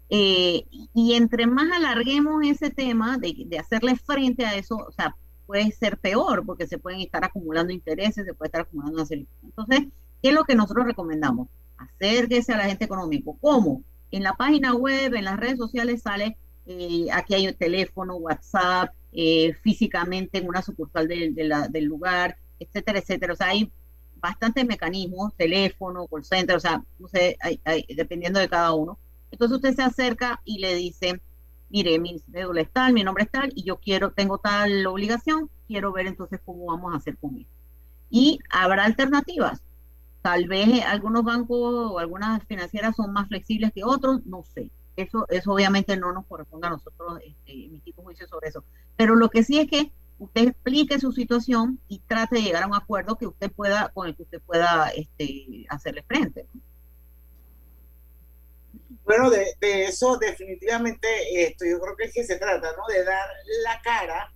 eh, y entre más alarguemos ese tema de, de hacerle frente a eso, o sea, puede ser peor, porque se pueden estar acumulando intereses, se puede estar acumulando una serie. Entonces, ¿qué es lo que nosotros recomendamos? Acérquese al agente económico. ¿Cómo? En la página web, en las redes sociales sale, eh, aquí hay un teléfono, WhatsApp, eh, físicamente en una sucursal de, de la, del lugar, etcétera, etcétera. O sea, hay bastantes mecanismos, teléfono, call center, o sea, no sé, hay, hay, dependiendo de cada uno. Entonces usted se acerca y le dice, mire, mi cédula es tal, mi nombre es tal, y yo quiero, tengo tal obligación, quiero ver entonces cómo vamos a hacer con esto. Y habrá alternativas. Tal vez algunos bancos o algunas financieras son más flexibles que otros, no sé. Eso, eso obviamente no nos corresponde a nosotros este, emitir un juicio sobre eso. Pero lo que sí es que usted explique su situación y trate de llegar a un acuerdo que usted pueda, con el que usted pueda este, hacerle frente. Bueno, de, de eso definitivamente esto, yo creo que es que se trata, ¿no? De dar la cara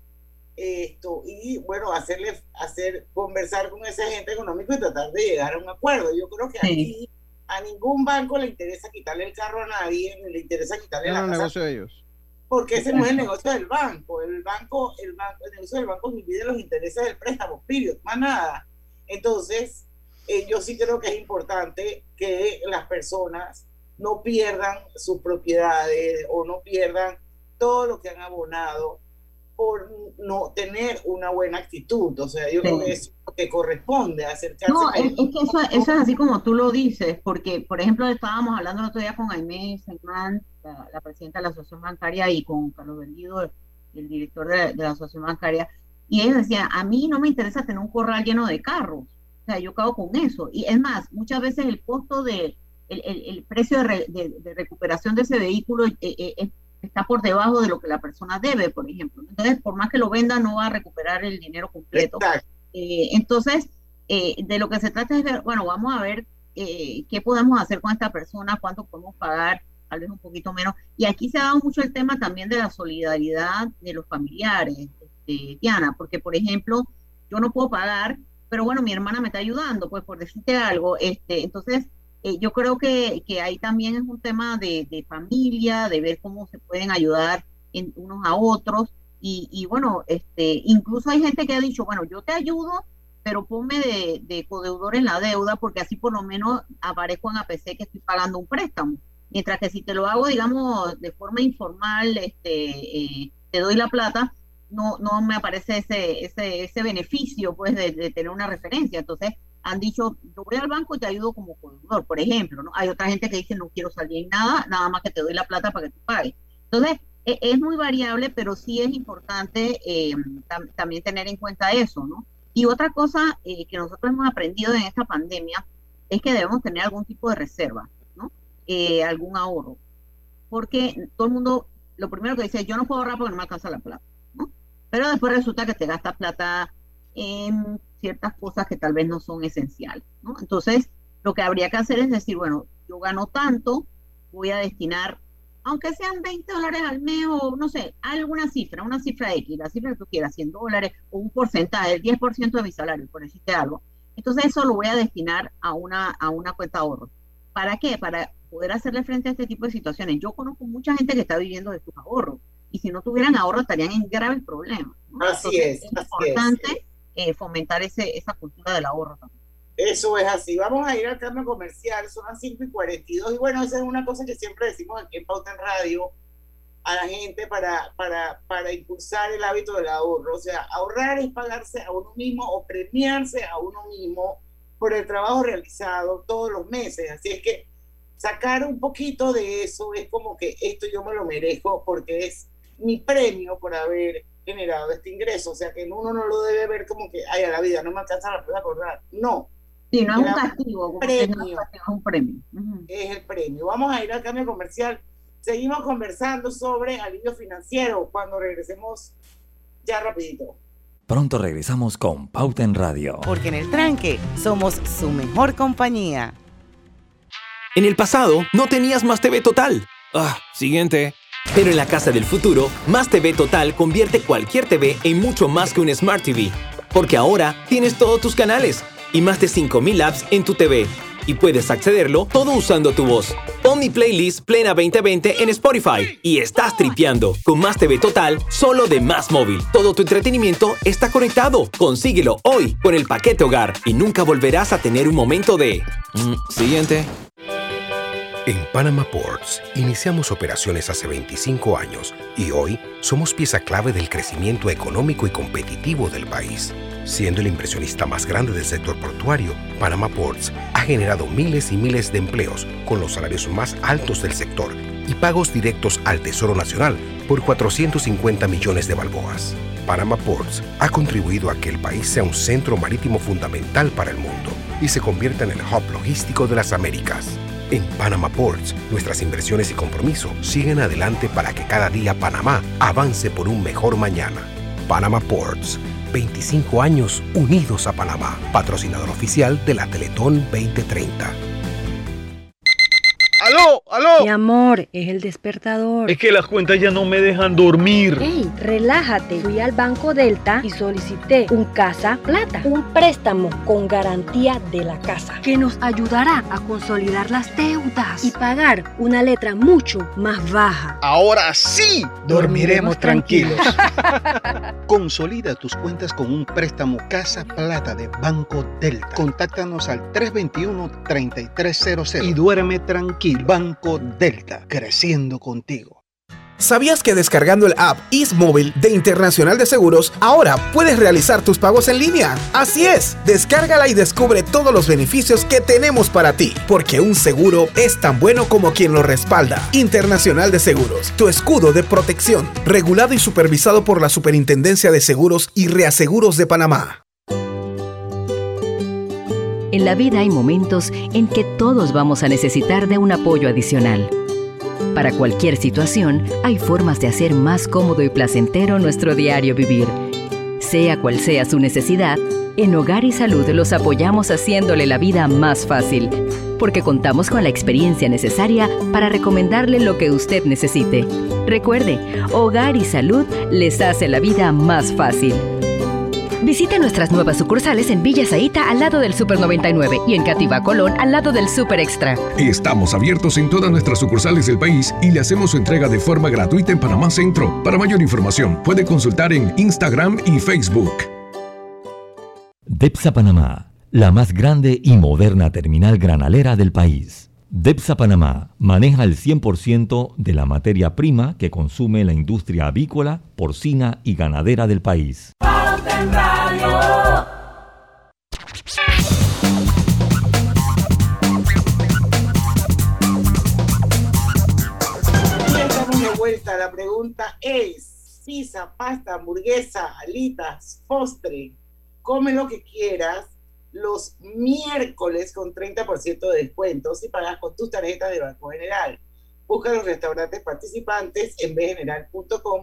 esto y bueno, hacerle, hacer, conversar con ese agente económico y tratar de llegar a un acuerdo. Yo creo que aquí sí. A ningún banco le interesa quitarle el carro a nadie, ni le interesa quitarle no, la no, casa. negocio de ellos. Porque ese no es el negocio del banco. El banco, el banco, el negocio del banco divide los intereses del préstamo, period, más nada. Entonces, eh, yo sí creo que es importante que las personas no pierdan sus propiedades o no pierdan todo lo que han abonado por no tener una buena actitud. O sea, yo sí. creo que es lo que corresponde acercarse. No, es, es que eso, eso es así como tú lo dices, porque, por ejemplo, estábamos hablando el otro día con Aimee Senman, la, la presidenta de la Asociación Bancaria, y con Carlos Bendido, el, el director de, de la Asociación Bancaria, y ellos decían, a mí no me interesa tener un corral lleno de carros, o sea, yo cago con eso. Y es más, muchas veces el costo de, el, el, el precio de, re, de, de recuperación de ese vehículo eh, eh, es está por debajo de lo que la persona debe, por ejemplo. Entonces, por más que lo venda, no va a recuperar el dinero completo. Eh, entonces, eh, de lo que se trata es ver, bueno, vamos a ver eh, qué podemos hacer con esta persona, cuánto podemos pagar, tal vez un poquito menos. Y aquí se ha dado mucho el tema también de la solidaridad de los familiares, este, Diana, porque, por ejemplo, yo no puedo pagar, pero bueno, mi hermana me está ayudando, pues por decirte algo. Este, entonces, Eh, yo creo que, que ahí también es un tema de, de familia, de ver cómo se pueden ayudar en unos a otros y, y bueno, este, incluso hay gente que ha dicho, bueno, yo te ayudo, pero ponme de, de codeudor en la deuda porque así por lo menos aparezco en A P C que estoy pagando un préstamo, mientras que si te lo hago, digamos, de forma informal, este, eh, te doy la plata, no, no me aparece ese, ese, ese beneficio pues de, de tener una referencia. Entonces han dicho, yo voy al banco y te ayudo como codeudor, por ejemplo, ¿no? Hay otra gente que dice, no quiero salir en nada, nada más que te doy la plata para que tú pagues. Entonces, es, es muy variable, pero sí es importante eh, tam, también tener en cuenta eso, ¿no? Y otra cosa eh, que nosotros hemos aprendido en esta pandemia es que debemos tener algún tipo de reserva, ¿no? Eh, algún ahorro. Porque todo el mundo, lo primero que dice, yo no puedo ahorrar porque no me alcanza la plata, ¿no? Pero después resulta que te gastas plata en ciertas cosas que tal vez no son esenciales, ¿no? Entonces, lo que habría que hacer es decir, bueno, yo gano tanto, voy a destinar, aunque sean veinte dólares al mes o no sé, alguna cifra, una cifra X, la cifra que tú quieras, cien dólares o un porcentaje, el diez por ciento de mi salario, por decirte algo. Entonces, eso lo voy a destinar a una, a una cuenta de ahorro. ¿Para qué? Para poder hacerle frente a este tipo de situaciones. Yo conozco mucha gente que está viviendo de sus ahorros y si no tuvieran ahorro estarían en graves problemas, ¿no? Así Entonces, es, es así importante es. Eh, fomentar ese, esa cultura del ahorro también. Eso es así. Vamos a ir al cambio comercial, son las cinco y cuarenta y dos. Y bueno, esa es una cosa que siempre decimos aquí en Pauta en Radio a la gente para, para, para impulsar el hábito del ahorro. O sea, ahorrar es pagarse a uno mismo o premiarse a uno mismo por el trabajo realizado todos los meses. Así es que sacar un poquito de eso es como que esto yo me lo merezco porque es mi premio por haber generado este ingreso. O sea, que uno no lo debe ver como que, ay, a la vida no me alcanza la plata por ahorrar. No. Sí, no es un castigo, como premio. Es un premio. Uh-huh. Es el premio. Vamos a ir al cambio comercial. Seguimos conversando sobre alivio financiero cuando regresemos ya rapidito. Pronto regresamos con Pauta en Radio. Porque en el tranque somos su mejor compañía. En el pasado no tenías Más T V Total. Ah, siguiente. Pero en la casa del futuro, Más T V Total convierte cualquier T V en mucho más que un Smart T V. Porque ahora tienes todos tus canales y más de cinco mil apps en tu T V. Y puedes accederlo todo usando tu voz. Pon mi playlist Plena veinte veinte en Spotify y estás tripeando con Más T V Total solo de Más Móvil. Todo tu entretenimiento está conectado. Consíguelo hoy con el paquete hogar y nunca volverás a tener un momento de... Mm, siguiente. En Panama Ports iniciamos operaciones hace veinticinco años y hoy somos pieza clave del crecimiento económico y competitivo del país. Siendo el inversionista más grande del sector portuario, Panama Ports ha generado miles y miles de empleos con los salarios más altos del sector y pagos directos al Tesoro Nacional por cuatrocientos cincuenta millones de balboas. Panama Ports ha contribuido a que el país sea un centro marítimo fundamental para el mundo y se convierta en el hub logístico de las Américas. En Panama Ports, nuestras inversiones y compromiso siguen adelante para que cada día Panamá avance por un mejor mañana. Panama Ports, veinticinco años unidos a Panamá, patrocinador oficial de la Teletón veinte treinta. ¡Aló! ¡Aló! Mi amor, es el despertador. Es que las cuentas ya no me dejan dormir. Ey, relájate. Fui al Banco Delta y solicité un Casa Plata, un préstamo con garantía de la casa, que nos ayudará a consolidar las deudas y pagar una letra mucho más baja. Ahora sí, dormiremos tranquilos. Consolida tus cuentas con un préstamo Casa Plata de Banco Delta. Contáctanos al tres dos uno, tres tres cero cero y duerme tranquilo. Banco Delta, creciendo contigo. ¿Sabías que descargando el app IsMóvil de Internacional de Seguros, ahora puedes realizar tus pagos en línea? Así es, descárgala y descubre todos los beneficios que tenemos para ti, porque un seguro es tan bueno como quien lo respalda. Internacional de Seguros, tu escudo de protección, regulado y supervisado por la Superintendencia de Seguros y Reaseguros de Panamá. En la vida hay momentos en que todos vamos a necesitar de un apoyo adicional. Para cualquier situación, hay formas de hacer más cómodo y placentero nuestro diario vivir. Sea cual sea su necesidad, en Hogar y Salud los apoyamos haciéndole la vida más fácil, porque contamos con la experiencia necesaria para recomendarle lo que usted necesite. Recuerde, Hogar y Salud les hace la vida más fácil. Visite nuestras nuevas sucursales en Villa Zaita al lado del Super noventa y nueve y en Cativa Colón al lado del Super Extra. Estamos abiertos en todas nuestras sucursales del país y le hacemos su entrega de forma gratuita en Panamá Centro. Para mayor información, puede consultar en Instagram y Facebook. Depsa Panamá, la más grande y moderna terminal granalera del país. Depsa Panamá maneja el cien por ciento de la materia prima que consume la industria avícola, porcina y ganadera del país. Pauta en Radio. Ya estamos de vuelta. La pregunta es: pizza, pasta, hamburguesa, alitas, postre, come lo que quieras los miércoles con treinta por ciento de descuento si pagas con tus tarjetas de Banco General. Busca los restaurantes participantes en b general punto com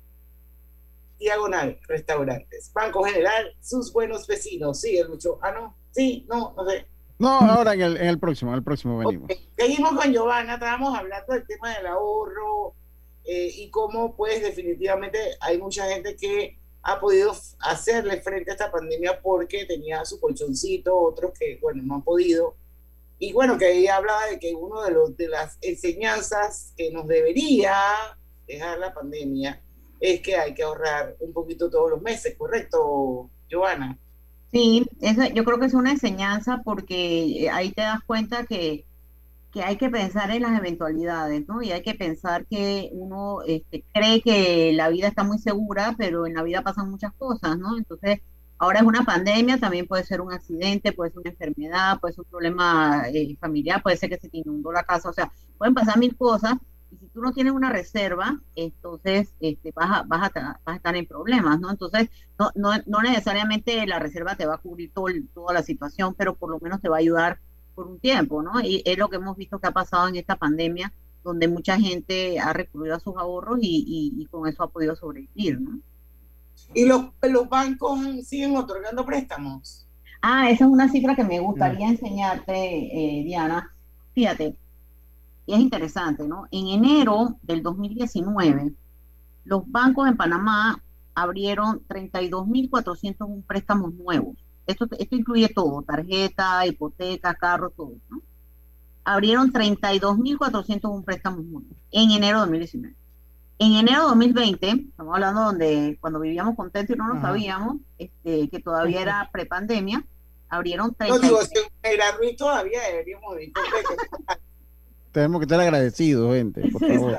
diagonal restaurantes. Banco General, sus buenos vecinos. Sí, el mucho. Ah, no. Sí, no, no sé. No, ahora en el, en el próximo, en el próximo venimos. Okay. Seguimos con Giovanna. Estábamos hablando del tema del ahorro eh, y cómo, pues, definitivamente hay mucha gente que ha podido hacerle frente a esta pandemia porque tenía su colchoncito, otros que, bueno, no han podido. Y bueno, que ella hablaba de que uno de, los, de las enseñanzas que nos debería dejar la pandemia es que hay que ahorrar un poquito todos los meses, ¿correcto, Giovanna? Sí, eso, yo creo que es una enseñanza porque ahí te das cuenta que, que hay que pensar en las eventualidades, ¿no? Y hay que pensar que uno este, cree que la vida está muy segura, pero en la vida pasan muchas cosas, ¿no? Entonces, ahora es una pandemia, también puede ser un accidente, puede ser una enfermedad, puede ser un problema eh, familiar, puede ser que se te inundó la casa, o sea, pueden pasar mil cosas. Y si tú no tienes una reserva, entonces este, vas, a, vas, a, vas a estar en problemas, ¿no? Entonces, no, no, no necesariamente la reserva te va a cubrir todo el, toda la situación, pero por lo menos te va a ayudar por un tiempo, ¿no? Y es lo que hemos visto que ha pasado en esta pandemia, donde mucha gente ha recurrido a sus ahorros y, y, y con eso ha podido sobrevivir, ¿no? ¿Y los, los bancos siguen otorgando préstamos? Ah, esa es una cifra que me gustaría mm. enseñarte, eh, Diana. Fíjate, y es interesante, ¿no? En enero del dos mil diecinueve, los bancos en Panamá abrieron treinta y dos mil cuatrocientos un préstamos nuevos. Esto, esto incluye todo, tarjeta, hipoteca, carro, todo, ¿no? Abrieron treinta y dos mil cuatrocientos un préstamos nuevos en enero de dos mil diecinueve. En enero de dos mil veinte, estamos hablando donde cuando vivíamos contentos y no lo sabíamos, este, que todavía era prepandemia, abrieron treinta. No digo, si era Ruiz todavía deberíamos vivir contentos. Tenemos que estar agradecidos, gente, por favor.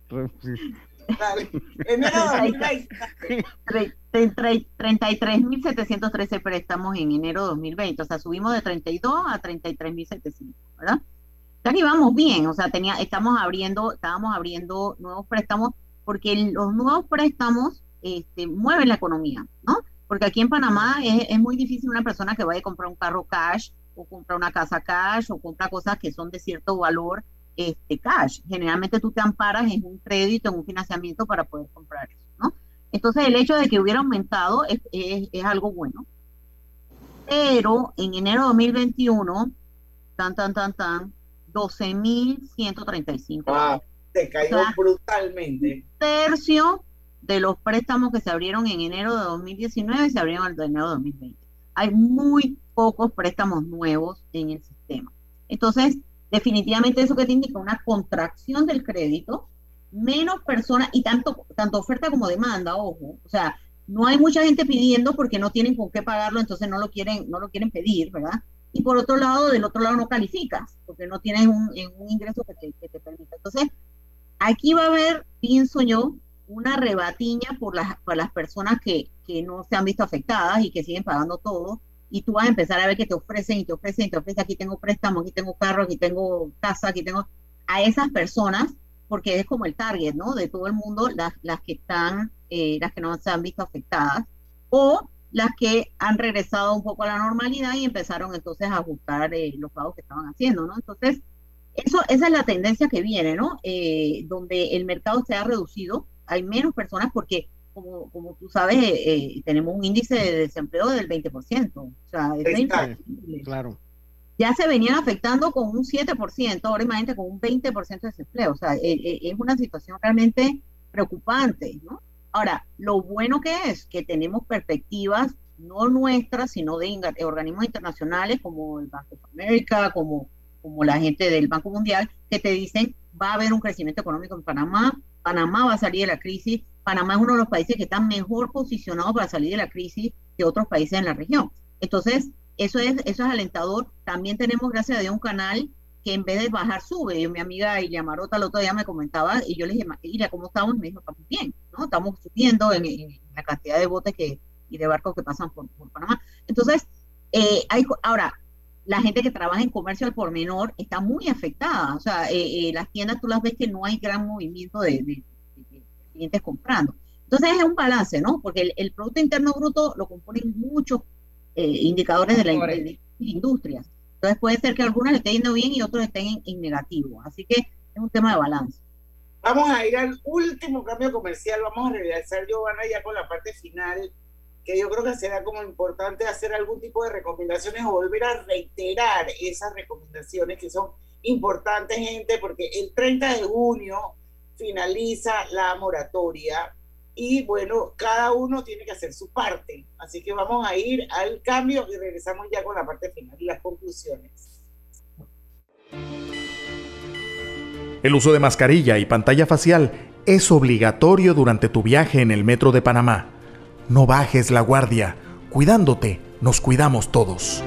Dale. Enero de dos mil veinte. treinta y tres mil setecientos trece préstamos en enero de dos mil veinte, o sea, subimos de treinta y dos a treinta y tres mil setecientos, ¿verdad? Ya que íbamos bien, o sea, tenía, estamos abriendo, estábamos abriendo nuevos préstamos, porque los nuevos préstamos este, mueven la economía, ¿no? Porque aquí en Panamá es, es muy difícil una persona que vaya a comprar un carro cash o compra una casa cash, o compra cosas que son de cierto valor este, cash. Generalmente tú te amparas en un crédito, en un financiamiento para poder comprar eso, ¿no? Entonces el hecho de que hubiera aumentado es, es, es algo bueno. Pero en enero de dos mil veintiuno, tan, tan, tan, tan, doce mil ciento treinta y cinco. Ah, se cayó o sea, brutalmente. Un tercio de los préstamos que se abrieron en enero de dos mil diecinueve se abrieron en enero de dos mil veinte. Hay muy pocos préstamos nuevos en el sistema. Entonces, definitivamente eso que te indica una contracción del crédito, menos personas, y tanto, tanto oferta como demanda, ojo, o sea, no hay mucha gente pidiendo porque no tienen con qué pagarlo, entonces no lo quieren, no lo quieren pedir, ¿verdad? Y por otro lado, del otro lado no calificas, porque no tienes un, un ingreso que te, que te permita. Entonces, aquí va a haber, pienso yo, una rebatiña por las, por las personas que, que no se han visto afectadas y que siguen pagando todo, y tú vas a empezar a ver que te ofrecen y te ofrecen y te ofrecen, aquí tengo préstamo, aquí tengo carro, aquí tengo casa, aquí tengo... A esas personas, porque es como el target, ¿no? De todo el mundo, las, las que están, eh, las que no se han visto afectadas, o las que han regresado un poco a la normalidad y empezaron entonces a ajustar eh, los pagos que estaban haciendo, ¿no? Entonces, eso, esa es la tendencia que viene, ¿no? Eh, donde el mercado se ha reducido, hay menos personas porque, como, como tú sabes, eh, eh, tenemos un índice de desempleo del veinte por ciento. O sea, es increíble. Claro. Ya se venían afectando con un siete por ciento, ahora imagínate con un veinte por ciento de desempleo. O sea, eh, eh, es una situación realmente preocupante, ¿no? Ahora, lo bueno que es que tenemos perspectivas no nuestras, sino de organismos internacionales como el Bank of America, como, como la gente del Banco Mundial, que te dicen va a haber un crecimiento económico en Panamá, Panamá va a salir de la crisis, Panamá es uno de los países que están mejor posicionados para salir de la crisis que otros países en la región. Entonces, eso es, eso es alentador. También tenemos, gracias a Dios, un canal que en vez de bajar, sube. Yo, mi amiga Ilia Marota el otro día me comentaba, y yo le dije, Ilia, ¿cómo estamos? Me dijo, estamos bien, ¿no? Estamos subiendo en, en la cantidad de botes que, y de barcos que pasan por, por Panamá. Entonces, eh, hay, ahora, la gente que trabaja en comercio al por menor está muy afectada. O sea, eh, eh, las tiendas tú las ves que no hay gran movimiento de, de, de, de clientes comprando. Entonces, es un balance, ¿no? Porque el, el Producto Interno Bruto lo componen muchos eh, indicadores de la de, de industria. Entonces puede ser que algunos estén yendo bien y otros estén en, en negativo. Así que es un tema de balance. Vamos a ir al último cambio comercial. Vamos a regresar, Giovanna, ya con la parte final, que yo creo que será como importante hacer algún tipo de recomendaciones o volver a reiterar esas recomendaciones que son importantes, gente, porque el treinta de junio finaliza la moratoria y bueno, cada uno tiene que hacer su parte. Así que vamos a ir al cambio y regresamos ya con la parte final y las conclusiones. El uso de mascarilla y pantalla facial es obligatorio durante tu viaje en el metro de Panamá. No bajes la guardia. Cuidándote, nos cuidamos todos.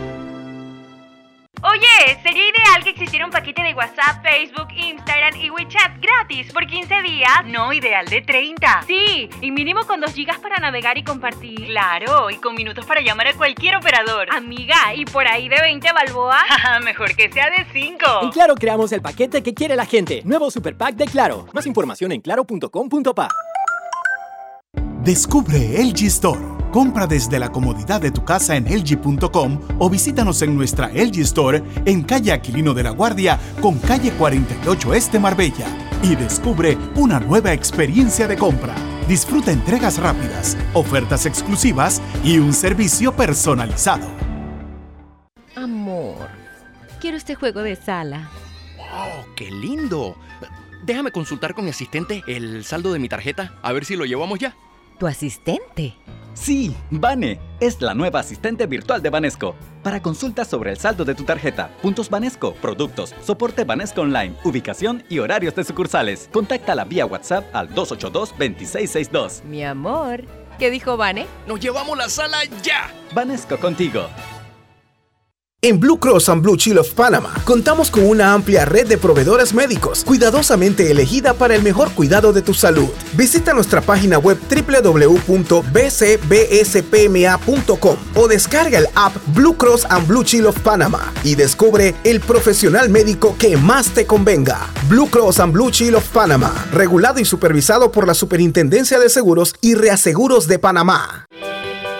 Oye, sería ideal que existiera un paquete de WhatsApp, Facebook, Instagram y WeChat gratis por quince días. No, ideal de treinta. Sí, y mínimo con dos gigas para navegar y compartir. Claro, y con minutos para llamar a cualquier operador. Amiga, ¿y por ahí de veinte balboas? Mejor que sea de cinco. En Claro creamos el paquete que quiere la gente. Nuevo Super Pack de Claro. Más información en claro punto com punto pa. Descubre L G Store. Compra desde la comodidad de tu casa en L G punto com o visítanos en nuestra L G Store en calle Aquilino de la Guardia con calle cuarenta y ocho Este Marbella y descubre una nueva experiencia de compra. Disfruta entregas rápidas, ofertas exclusivas y un servicio personalizado. Amor, quiero este juego de sala. ¡Wow! ¡Qué lindo! Déjame consultar con mi asistente el saldo de mi tarjeta, a ver si lo llevamos ya. ¿Tu asistente? Sí, Vane, es la nueva asistente virtual de Banesco. Para consultas sobre el saldo de tu tarjeta, puntos Banesco, productos, soporte Banesco Online, ubicación y horarios de sucursales, contáctala vía WhatsApp al dos ocho dos, dos seis seis dos. Mi amor, ¿qué dijo Vane? ¡Nos llevamos la sala ya! Banesco contigo. En Blue Cross and Blue Shield of Panama contamos con una amplia red de proveedores médicos cuidadosamente elegida para el mejor cuidado de tu salud. Visita nuestra página web doble u doble u doble u punto b c b s p m a punto com o descarga el app Blue Cross and Blue Shield of Panama y descubre el profesional médico que más te convenga. Blue Cross and Blue Shield of Panama, regulado y supervisado por la Superintendencia de Seguros y Reaseguros de Panamá.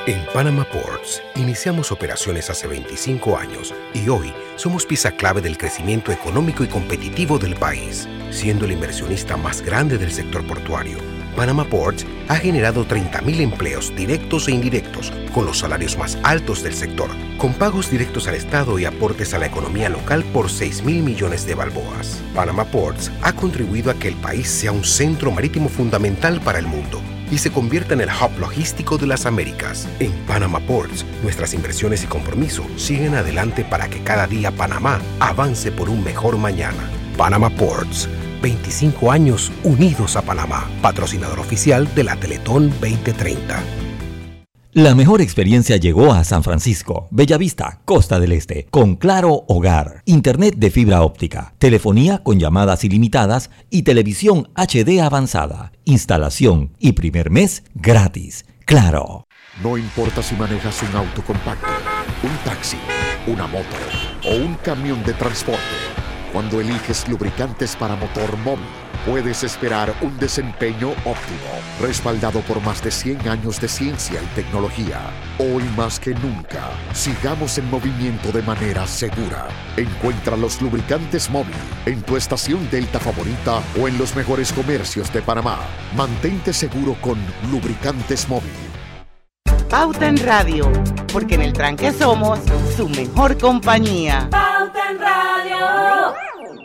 En Panama Ports iniciamos operaciones hace veinticinco años y hoy somos pieza clave del crecimiento económico y competitivo del país. Siendo el inversionista más grande del sector portuario, Panama Ports ha generado treinta mil empleos directos e indirectos con los salarios más altos del sector, con pagos directos al Estado y aportes a la economía local por seis mil millones de balboas. Panama Ports ha contribuido a que el país sea un centro marítimo fundamental para el mundo y se convierta en el hub logístico de las Américas. En Panama Ports, nuestras inversiones y compromisos siguen adelante para que cada día Panamá avance por un mejor mañana. Panama Ports, veinticinco años unidos a Panamá, patrocinador oficial de la Teletón veinte treinta. La mejor experiencia llegó a San Francisco, Bellavista, Costa del Este, con Claro Hogar, internet de fibra óptica, telefonía con llamadas ilimitadas y televisión H D avanzada, instalación y primer mes gratis. Claro. No importa si manejas un auto compacto, un taxi, una moto o un camión de transporte, cuando eliges lubricantes para motor móvil, puedes esperar un desempeño óptimo, respaldado por más de cien años de ciencia y tecnología. Hoy más que nunca, sigamos en movimiento de manera segura. Encuentra los lubricantes móvil en tu estación Delta favorita o en los mejores comercios de Panamá. Mantente seguro con lubricantes móvil. Pauta en Radio, porque en el tranque somos su mejor compañía. Pauta en Radio.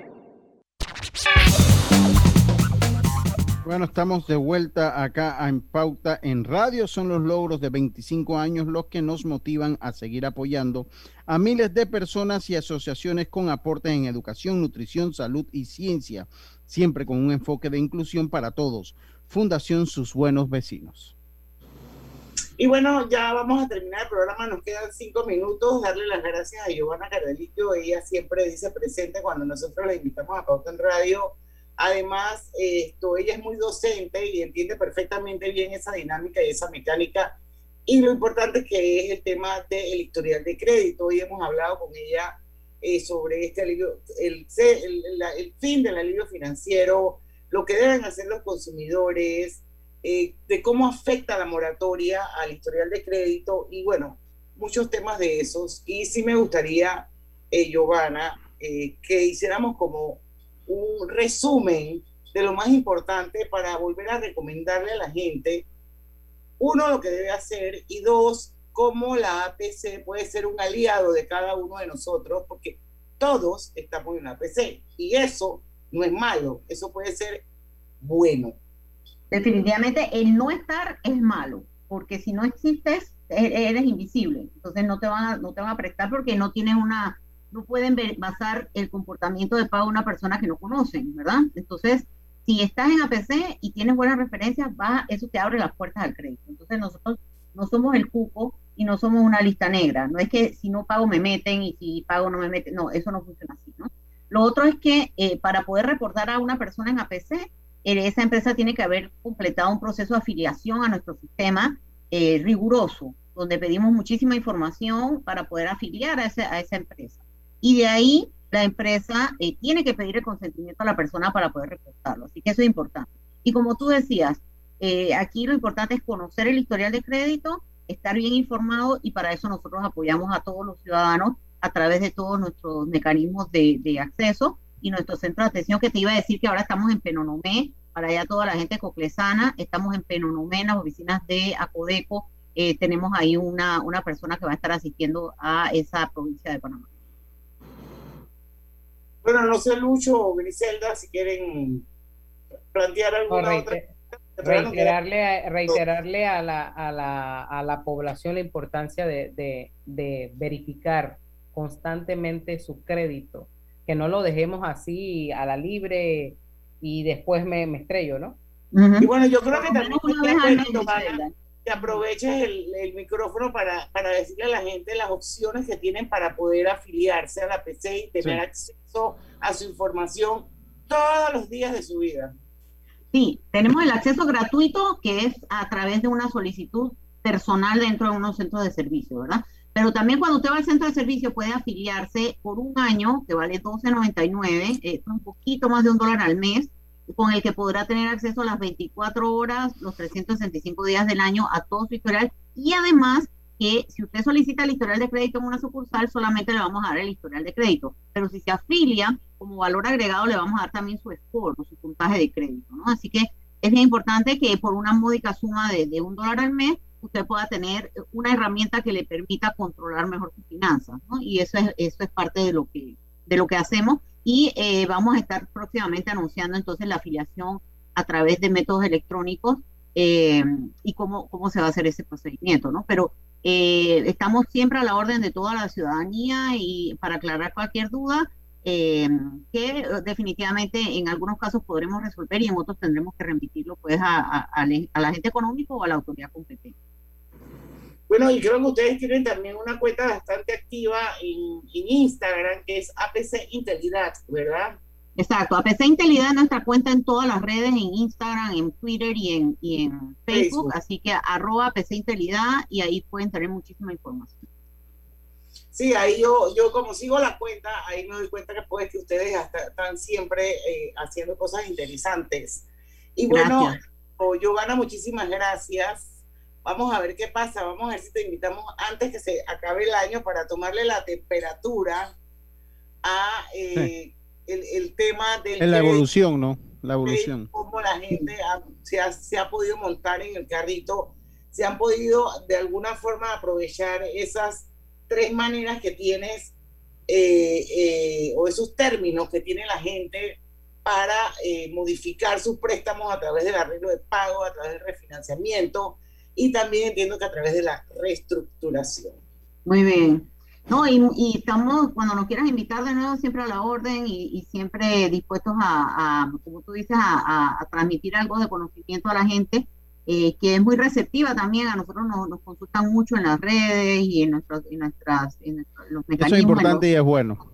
Bueno, estamos de vuelta acá en Pauta en Radio. Son los logros de veinticinco años los que nos motivan a seguir apoyando a miles de personas y asociaciones con aportes en educación, nutrición, salud y ciencia, siempre con un enfoque de inclusión para todos. Fundación Sus Buenos Vecinos. Y bueno, ya vamos a terminar el programa, nos quedan cinco minutos. Darle las gracias a Giovanna Cardelillo, ella siempre dice presente cuando nosotros la invitamos a Pauta en Radio. Además, esto, ella es muy docente y entiende perfectamente bien esa dinámica y esa mecánica. Y lo importante que es el tema del historial de crédito. Hoy hemos hablado con ella eh, sobre este alivio, el, el, el, el fin del alivio financiero, lo que deben hacer los consumidores, eh, de cómo afecta la moratoria al historial de crédito y bueno, muchos temas de esos. Y sí me gustaría, eh, Giovanna, eh, que hiciéramos como un resumen de lo más importante para volver a recomendarle a la gente, uno, lo que debe hacer, y dos, cómo la A P C puede ser un aliado de cada uno de nosotros, porque todos estamos en la A P C, y eso no es malo, eso puede ser bueno. Definitivamente el no estar es malo, porque si no existes, eres invisible, entonces no te van a, no te van a prestar porque no tienes una... no pueden ver, basar el comportamiento de pago de una persona que no conocen, ¿verdad? Entonces, si estás en A P C y tienes buenas referencias, va, eso te abre las puertas al crédito. Entonces, nosotros no somos el cupo y no somos una lista negra. No es que si no pago me meten y si pago no me meten. No, eso no funciona así, ¿no? Lo otro es que eh, para poder reportar a una persona en A P C, eh, esa empresa tiene que haber completado un proceso de afiliación a nuestro sistema eh, riguroso, donde pedimos muchísima información para poder afiliar a, ese, a esa empresa. Y de ahí la empresa eh, tiene que pedir el consentimiento a la persona para poder reportarlo. Así que eso es importante. Y como tú decías, eh, aquí lo importante es conocer el historial de crédito, estar bien informado y para eso nosotros apoyamos a todos los ciudadanos a través de todos nuestros mecanismos de, de acceso y nuestro centro de atención, que te iba a decir que ahora estamos en Penonomé, para allá toda la gente coclesana, estamos en Penonomé, en las oficinas de Acodeco, eh, tenemos ahí una, una persona que va a estar asistiendo a esa provincia de Panamá. Bueno, no sé, Lucho o Griselda, si quieren plantear alguna no, reiter, otra. Reiterarle, reiterarle a, la, a, la, a la población la importancia de, de, de verificar constantemente su crédito, que no lo dejemos así a la libre y después me, me estrello, ¿no? Uh-huh. Y bueno, yo creo que también que aproveches el, el micrófono para, para decirle a la gente las opciones que tienen para poder afiliarse a la A P C y tener sí. acceso a su información todos los días de su vida. Sí, tenemos el acceso gratuito, que es a través de una solicitud personal dentro de unos centros de servicio, ¿verdad? Pero también cuando usted va al centro de servicio puede afiliarse por un año, que vale doce noventa y nueve, eh, un poquito más de un dólar al mes, con el que podrá tener acceso a las veinticuatro horas, los trescientos sesenta y cinco días del año, a todo su historial y además que si usted solicita el historial de crédito en una sucursal, solamente le vamos a dar el historial de crédito, pero si se afilia como valor agregado, le vamos a dar también su score o su puntaje de crédito, ¿no? Así que es bien importante que por una módica suma de, de un dólar al mes, usted pueda tener una herramienta que le permita controlar mejor sus finanzas, ¿no? Y eso es, eso es parte de lo que, de lo que hacemos, y eh, vamos a estar próximamente anunciando entonces la afiliación a través de métodos electrónicos eh, y cómo, cómo se va a hacer ese procedimiento, ¿no? Pero eh, estamos siempre a la orden de toda la ciudadanía y para aclarar cualquier duda, eh, que definitivamente en algunos casos podremos resolver y en otros tendremos que remitirlo pues a, a, a, al agente económico o a la autoridad competente. Bueno, y creo que ustedes tienen también una cuenta bastante activa en, en Instagram, que es A P C Intelidad, ¿verdad? Exacto, A P C Intelidad es nuestra cuenta en todas las redes, en Instagram, en Twitter y en, y en Facebook, Facebook, así que arroba A P C Intelidad, y ahí pueden tener muchísima información. Sí, ahí yo, yo como sigo la cuenta, ahí me doy cuenta que pues que ustedes hasta, están siempre eh, haciendo cosas interesantes. Y bueno, Giovanna, muchísimas gracias. Vamos a ver qué pasa, vamos a ver si te invitamos antes que se acabe el año para tomarle la temperatura a eh, sí. el, el tema del... En la evolución, ¿no? La evolución. Cómo la gente ha, se, ha, se ha podido montar en el carrito, se han podido de alguna forma aprovechar esas tres maneras que tienes, eh, eh, o esos términos que tiene la gente para eh, modificar sus préstamos a través del arreglo de pago, a través del refinanciamiento, y también entiendo que a través de la reestructuración. Muy bien. No, y, y estamos, cuando nos quieras invitar de nuevo, siempre a la orden y, y siempre dispuestos a, a, como tú dices, a, a, a transmitir algo de conocimiento a la gente, eh, que es muy receptiva también. A nosotros nos, nos consultan mucho en las redes y en, nuestros, en, nuestras, en nuestros, los mecanismos. Eso es importante los... y es bueno.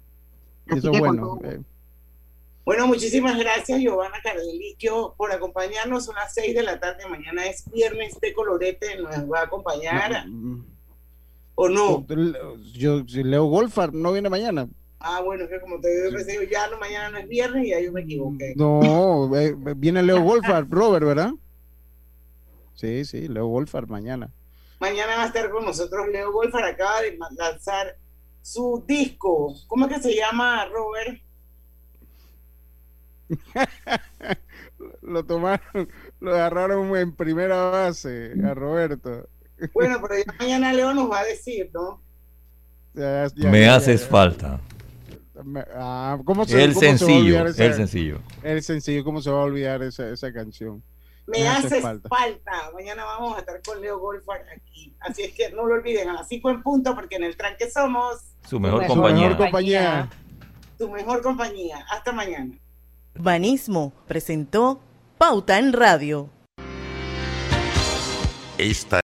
Así Eso que es bueno. Todo... Bueno, muchísimas gracias, Giovanna Cardelicchio, por acompañarnos. Son las seis de la tarde, mañana es viernes de Colorete, nos va a acompañar, no, ¿o no? Yo, si Leo Goldfarb no viene mañana. Ah, bueno, es que como te digo, sí. ya no, mañana no es viernes y ya yo me equivoqué. No, eh, viene Leo Goldfarb, Robert, ¿verdad? Sí, sí, Leo Goldfarb mañana. Mañana va a estar con nosotros Leo Goldfarb, acaba de lanzar su disco. ¿Cómo es que se llama, Robert? Lo tomaron, lo agarraron en primera base a Roberto. Bueno, pero ya mañana Leo nos va a decir, ¿no? Ya, ya, me ya, haces ya, ya. falta. Ah, ¿cómo se, el cómo sencillo, se esa, el sencillo. El sencillo, ¿cómo se va a olvidar esa, esa canción? Me, me haces hace falta. falta. Mañana vamos a estar con Leo Goldfarb aquí. Así es que no lo olviden, a las cinco en punto, porque en el tranque somos su mejor, su compañía. mejor compañía. Tu mejor compañía. Hasta mañana. Banismo presentó Pauta en Radio. Esta